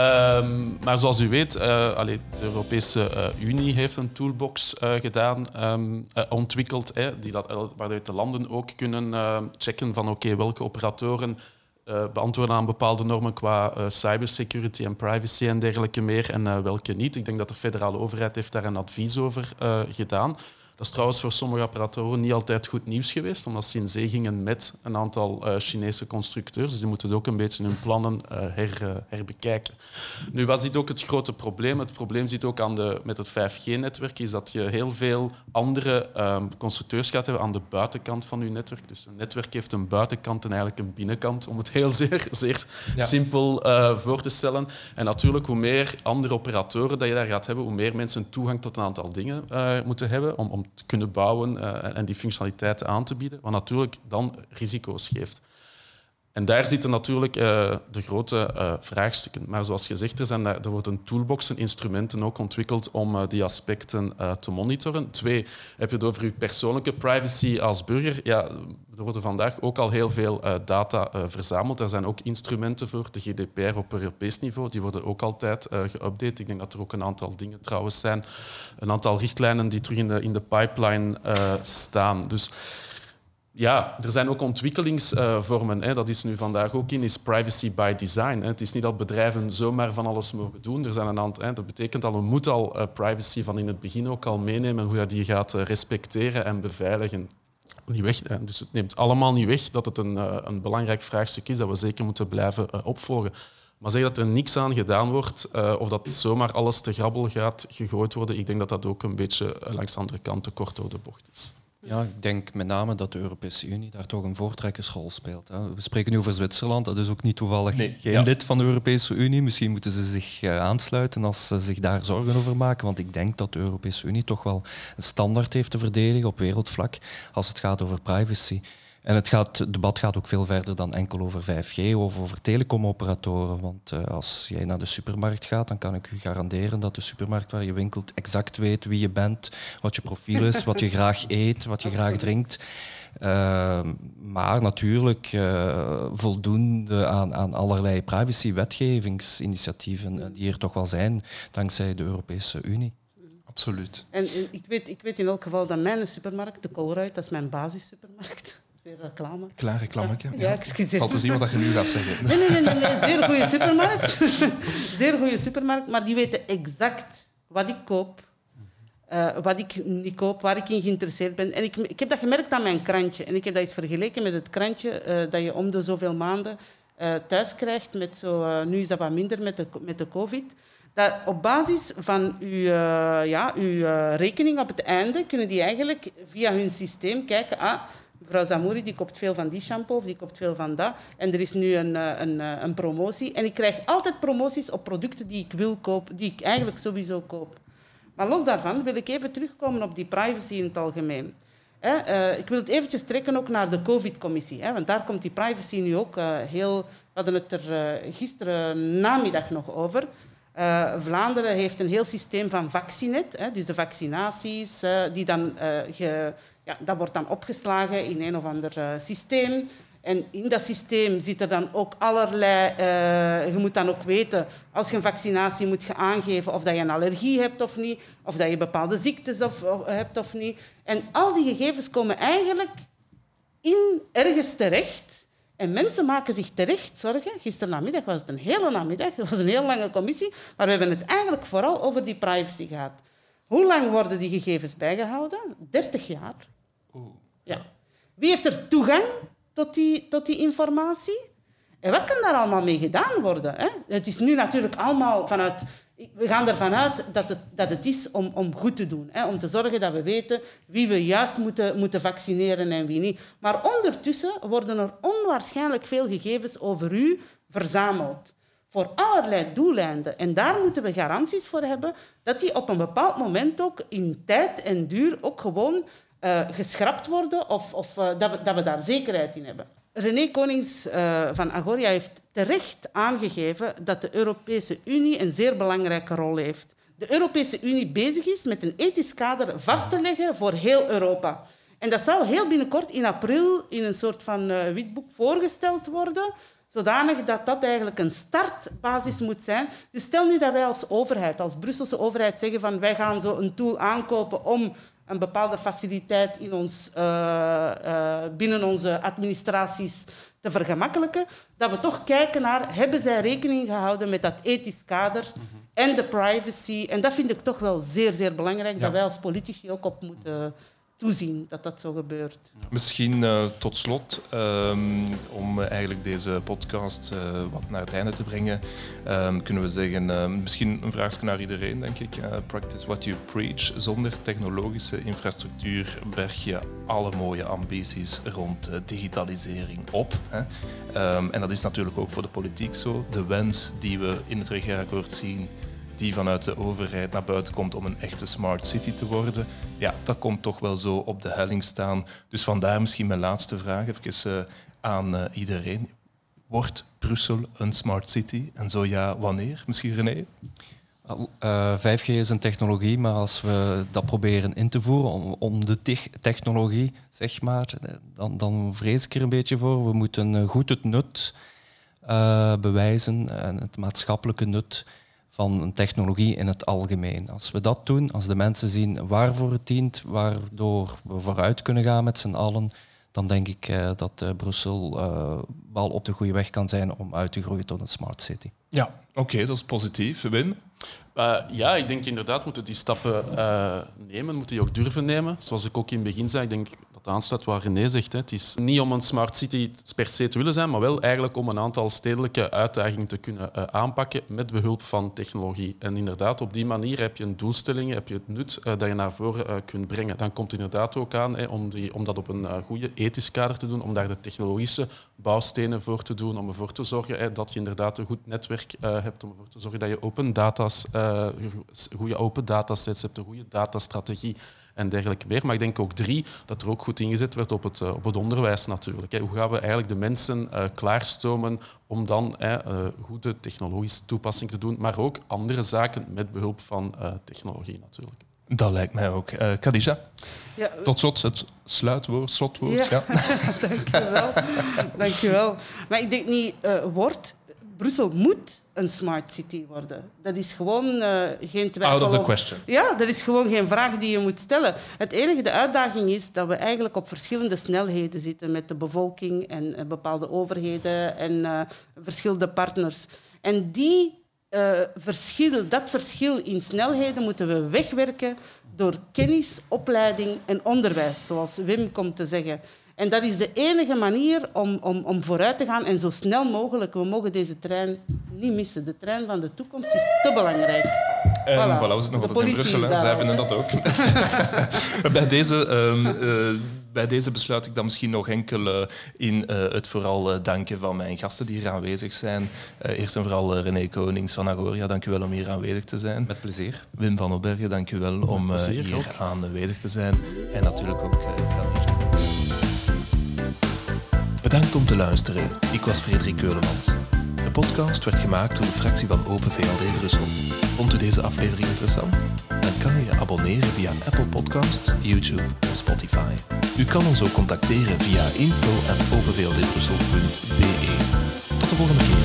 Um, maar zoals u weet, uh, allee, de Europese uh, Unie heeft een toolbox uh, gedaan, um, uh, ontwikkeld, eh, die dat, waaruit de landen ook kunnen uh, checken van oké, okay, welke operatoren uh, beantwoorden aan bepaalde normen qua uh, cybersecurity en privacy en dergelijke meer en uh, welke niet. Ik denk dat de federale overheid heeft daar een advies over uh, gedaan. Dat is trouwens voor sommige apparatoren niet altijd goed nieuws geweest, omdat ze in zee gingen met een aantal uh, Chinese constructeurs. Dus die moeten ook een beetje hun plannen uh, her, uh, herbekijken. Nu, wat zit ook het grote probleem? Het probleem zit ook aan de, met het vijf G-netwerk, is dat je heel veel andere uh, constructeurs gaat hebben aan de buitenkant van je netwerk. Dus een netwerk heeft een buitenkant en eigenlijk een binnenkant, om het heel zeer, zeer ja. simpel uh, voor te stellen. En natuurlijk, hoe meer andere operatoren dat je daar gaat hebben, hoe meer mensen toegang tot een aantal dingen uh, moeten hebben om, om te kunnen bouwen uh, en die functionaliteiten aan te bieden, wat natuurlijk dan risico's geeft. En daar zitten natuurlijk uh, de grote uh, vraagstukken. Maar zoals gezegd, er, zijn, er worden toolboxen, instrumenten ook ontwikkeld om uh, die aspecten uh, te monitoren. Twee, heb je het over je persoonlijke privacy als burger. Ja, er worden vandaag ook al heel veel uh, data uh, verzameld. Er zijn ook instrumenten voor, de G D P R op Europees niveau. Die worden ook altijd uh, geüpdate. Ik denk dat er ook een aantal dingen trouwens zijn. Een aantal richtlijnen die terug in de, in de pipeline uh, staan. Dus ja, er zijn ook ontwikkelingsvormen. Hè. Dat is nu vandaag ook in, is privacy by design. Hè. Het is niet dat bedrijven zomaar van alles mogen doen. Er zijn een aantal, hè. Dat betekent dat we moeten al uh, privacy van in het begin ook al meenemen, hoe je die gaat uh, respecteren en beveiligen. Niet weg, hè. Dus het neemt allemaal niet weg dat het een, uh, een belangrijk vraagstuk is dat we zeker moeten blijven uh, opvolgen. Maar zeg dat er niks aan gedaan wordt uh, of dat zomaar alles te grabbel gaat gegooid worden, ik denk dat dat ook een beetje uh, langs de andere kant te kort door de bocht is. Ja, ik denk met name dat de Europese Unie daar toch een voortrekkersrol speelt. We spreken nu over Zwitserland, dat is ook niet toevallig nee, geen ja. lid van de Europese Unie. Misschien moeten ze zich aansluiten als ze zich daar zorgen over maken, want ik denk dat de Europese Unie toch wel een standaard heeft te verdedigen op wereldvlak als het gaat over privacy. En het, gaat, het debat gaat ook veel verder dan enkel over vijf G of over telecomoperatoren. Want uh, als jij naar de supermarkt gaat, dan kan ik u garanderen dat de supermarkt waar je winkelt exact weet wie je bent, wat je profiel is, wat je graag eet, wat je graag drinkt. Uh, maar natuurlijk uh, voldoende aan, aan allerlei privacy-wetgevingsinitiatieven uh, die er toch wel zijn, dankzij de Europese Unie. Absoluut. En, en ik, weet, ik weet in elk geval dat mijn supermarkt, de Colruyt, dat is mijn basissupermarkt. Weer reclame. Klaar reclame. Ja, ja, excuseer. Valt te zien wat je nu gaat zeggen. Nee, nee, nee, nee, nee. Zeer goede supermarkt. Zeer goede supermarkt, maar die weten exact wat ik koop, uh, wat ik niet koop, waar ik in geïnteresseerd ben. En ik, ik heb dat gemerkt aan mijn krantje. En ik heb dat eens vergeleken met het krantje uh, dat je om de zoveel maanden uh, thuis krijgt. Met zo, uh, nu is dat wat minder met de, met de COVID. Dat op basis van uw, uh, ja, uw uh, rekening op het einde kunnen die eigenlijk via hun systeem kijken... Ah, mevrouw Zamouri die koopt veel van die shampoo of die koopt veel van dat. En er is nu een, een, een promotie. En ik krijg altijd promoties op producten die ik wil kopen, die ik eigenlijk sowieso koop. Maar los daarvan wil ik even terugkomen op die privacy in het algemeen. He, uh, ik wil het eventjes trekken ook naar de COVID-commissie. Hè, want daar komt die privacy nu ook uh, heel... We hadden het er uh, gisteren namiddag nog over. Uh, Vlaanderen heeft een heel systeem van Vaccinet. Hè, dus de vaccinaties, uh, die dan... Uh, ge, Ja, dat wordt dan opgeslagen in een of ander uh, systeem. En in dat systeem zit er dan ook allerlei... Uh, je moet dan ook weten, als je een vaccinatie moet je aangeven of dat je een allergie hebt of niet, of dat je bepaalde ziektes of, of, hebt of niet. En al die gegevens komen eigenlijk in ergens terecht. En mensen maken zich terecht zorgen. Gisterenamiddag was het een hele namiddag, het was een heel lange commissie, maar we hebben het eigenlijk vooral over die privacy gehad. Hoe lang worden die gegevens bijgehouden? dertig jaar. Ja. Wie heeft er toegang tot die, tot die informatie? En wat kan daar allemaal mee gedaan worden? Hè? Het is nu natuurlijk allemaal vanuit... We gaan ervan uit dat het, dat het is om, om goed te doen. Hè? Om te zorgen dat we weten wie we juist moeten, moeten vaccineren en wie niet. Maar ondertussen worden er onwaarschijnlijk veel gegevens over u verzameld. Voor allerlei doeleinden. En daar moeten we garanties voor hebben dat die op een bepaald moment ook in tijd en duur ook gewoon uh, geschrapt worden of, of uh, dat, we, dat we daar zekerheid in hebben. René Konings uh, van Agoria heeft terecht aangegeven dat de Europese Unie een zeer belangrijke rol heeft. De Europese Unie bezig is met een ethisch kader vast te leggen voor heel Europa. En dat zou heel binnenkort in april in een soort van uh, witboek voorgesteld worden, zodanig dat dat eigenlijk een startbasis moet zijn. Dus stel nu dat wij als overheid, als Brusselse overheid, zeggen van wij gaan zo een tool aankopen om een bepaalde faciliteit in ons uh, uh, binnen onze administraties te vergemakkelijken, dat we toch kijken naar, hebben zij rekening gehouden met dat ethisch kader mm-hmm. en de privacy. En dat vind ik toch wel zeer, zeer belangrijk, ja. dat wij als politici ook op moeten toezien dat dat zo gebeurt. Misschien uh, tot slot, um, om eigenlijk deze podcast uh, wat naar het einde te brengen, um, kunnen we zeggen, uh, misschien een vraagje naar iedereen, denk ik. Uh, practice what you preach. Zonder technologische infrastructuur berg je alle mooie ambities rond uh, digitalisering op. Hè. Um, en dat is natuurlijk ook voor de politiek zo. De wens die we in het regeerakkoord zien, die vanuit de overheid naar buiten komt om een echte smart city te worden, ja, dat komt toch wel zo op de helling staan. Dus vandaar misschien mijn laatste vraag even uh, aan uh, iedereen. Wordt Brussel een smart city? En zo ja, wanneer? Misschien René? Uh, vijf G is een technologie, maar als we dat proberen in te voeren om, om de te- technologie, zeg maar, dan, dan vrees ik er een beetje voor. We moeten goed het nut uh, bewijzen en het maatschappelijke nut van een technologie in het algemeen. Als we dat doen, als de mensen zien waarvoor het dient, waardoor we vooruit kunnen gaan met z'n allen, dan denk ik uh, dat uh, Brussel uh, wel op de goede weg kan zijn om uit te groeien tot een smart city. Ja, oké, okay, dat is positief. Wim? Uh, ja, ik denk inderdaad, moeten die stappen uh, nemen, moeten die ook durven nemen. Zoals ik ook in het begin zei, ik denk dat aansluit wat René zegt. Hè. Het is niet om een smart city per se te willen zijn, maar wel eigenlijk om een aantal stedelijke uitdagingen te kunnen uh, aanpakken met behulp van technologie. En inderdaad, op die manier heb je een doelstelling, heb je het nut uh, dat je naar voren uh, kunt brengen. Dan komt het inderdaad ook aan hè, om, die, om dat op een uh, goede ethisch kader te doen, om daar de technologische bouwstenen voor te doen, om ervoor te zorgen hè, dat je inderdaad een goed netwerk uh, hebt, om ervoor te zorgen dat je open data's, uh, goede open datasets hebt, een goede datastrategie en dergelijke meer. Maar ik denk ook drie, dat er ook goed ingezet werd op het, uh, op het onderwijs natuurlijk. Hè. Hoe gaan we eigenlijk de mensen uh, klaarstomen om dan uh, goede technologische toepassing te doen, maar ook andere zaken met behulp van uh, technologie natuurlijk. Dat lijkt mij ook. Uh, Khadija? Ja. Tot slot het sluitwoord, slotwoord. Ja. Ja. Dank je wel. Dank je wel. Maar ik denk niet, uh, wordt... Brussel moet een smart city worden. Dat is gewoon uh, geen twijfel. Out of the question. Ja, dat is gewoon geen vraag die je moet stellen. Het enige, de uitdaging is dat we eigenlijk op verschillende snelheden zitten met de bevolking en uh, bepaalde overheden en uh, verschillende partners. En die, uh, verschil, dat verschil in snelheden moeten we wegwerken door kennis, opleiding en onderwijs, zoals Wim komt te zeggen. En dat is de enige manier om, om, om vooruit te gaan en zo snel mogelijk. We mogen deze trein niet missen. De trein van de toekomst is te belangrijk. En voilà, voilà we zitten nog altijd in Brussel. Hè. Zij vinden dat ook. bij, deze, um, uh, bij deze besluit ik dan misschien nog enkel uh, in uh, het vooral uh, danken van mijn gasten die hier aanwezig zijn. Uh, eerst en vooral uh, René Konings van Agoria, dank u wel om hier aanwezig te zijn. Met plezier. Wim van Opbergen, dank u wel om uh, hier ook aanwezig te zijn. En natuurlijk ook uh, Khadija. Bedankt om te luisteren. Ik was Frederik Keulemans. De podcast werd gemaakt door de fractie van Open V L D Brussel. Vond u deze aflevering interessant? Dan kan je je abonneren via Apple Podcasts, YouTube en Spotify. U kan ons ook contacteren via info at open v l d brussel punt b e. Tot de volgende keer.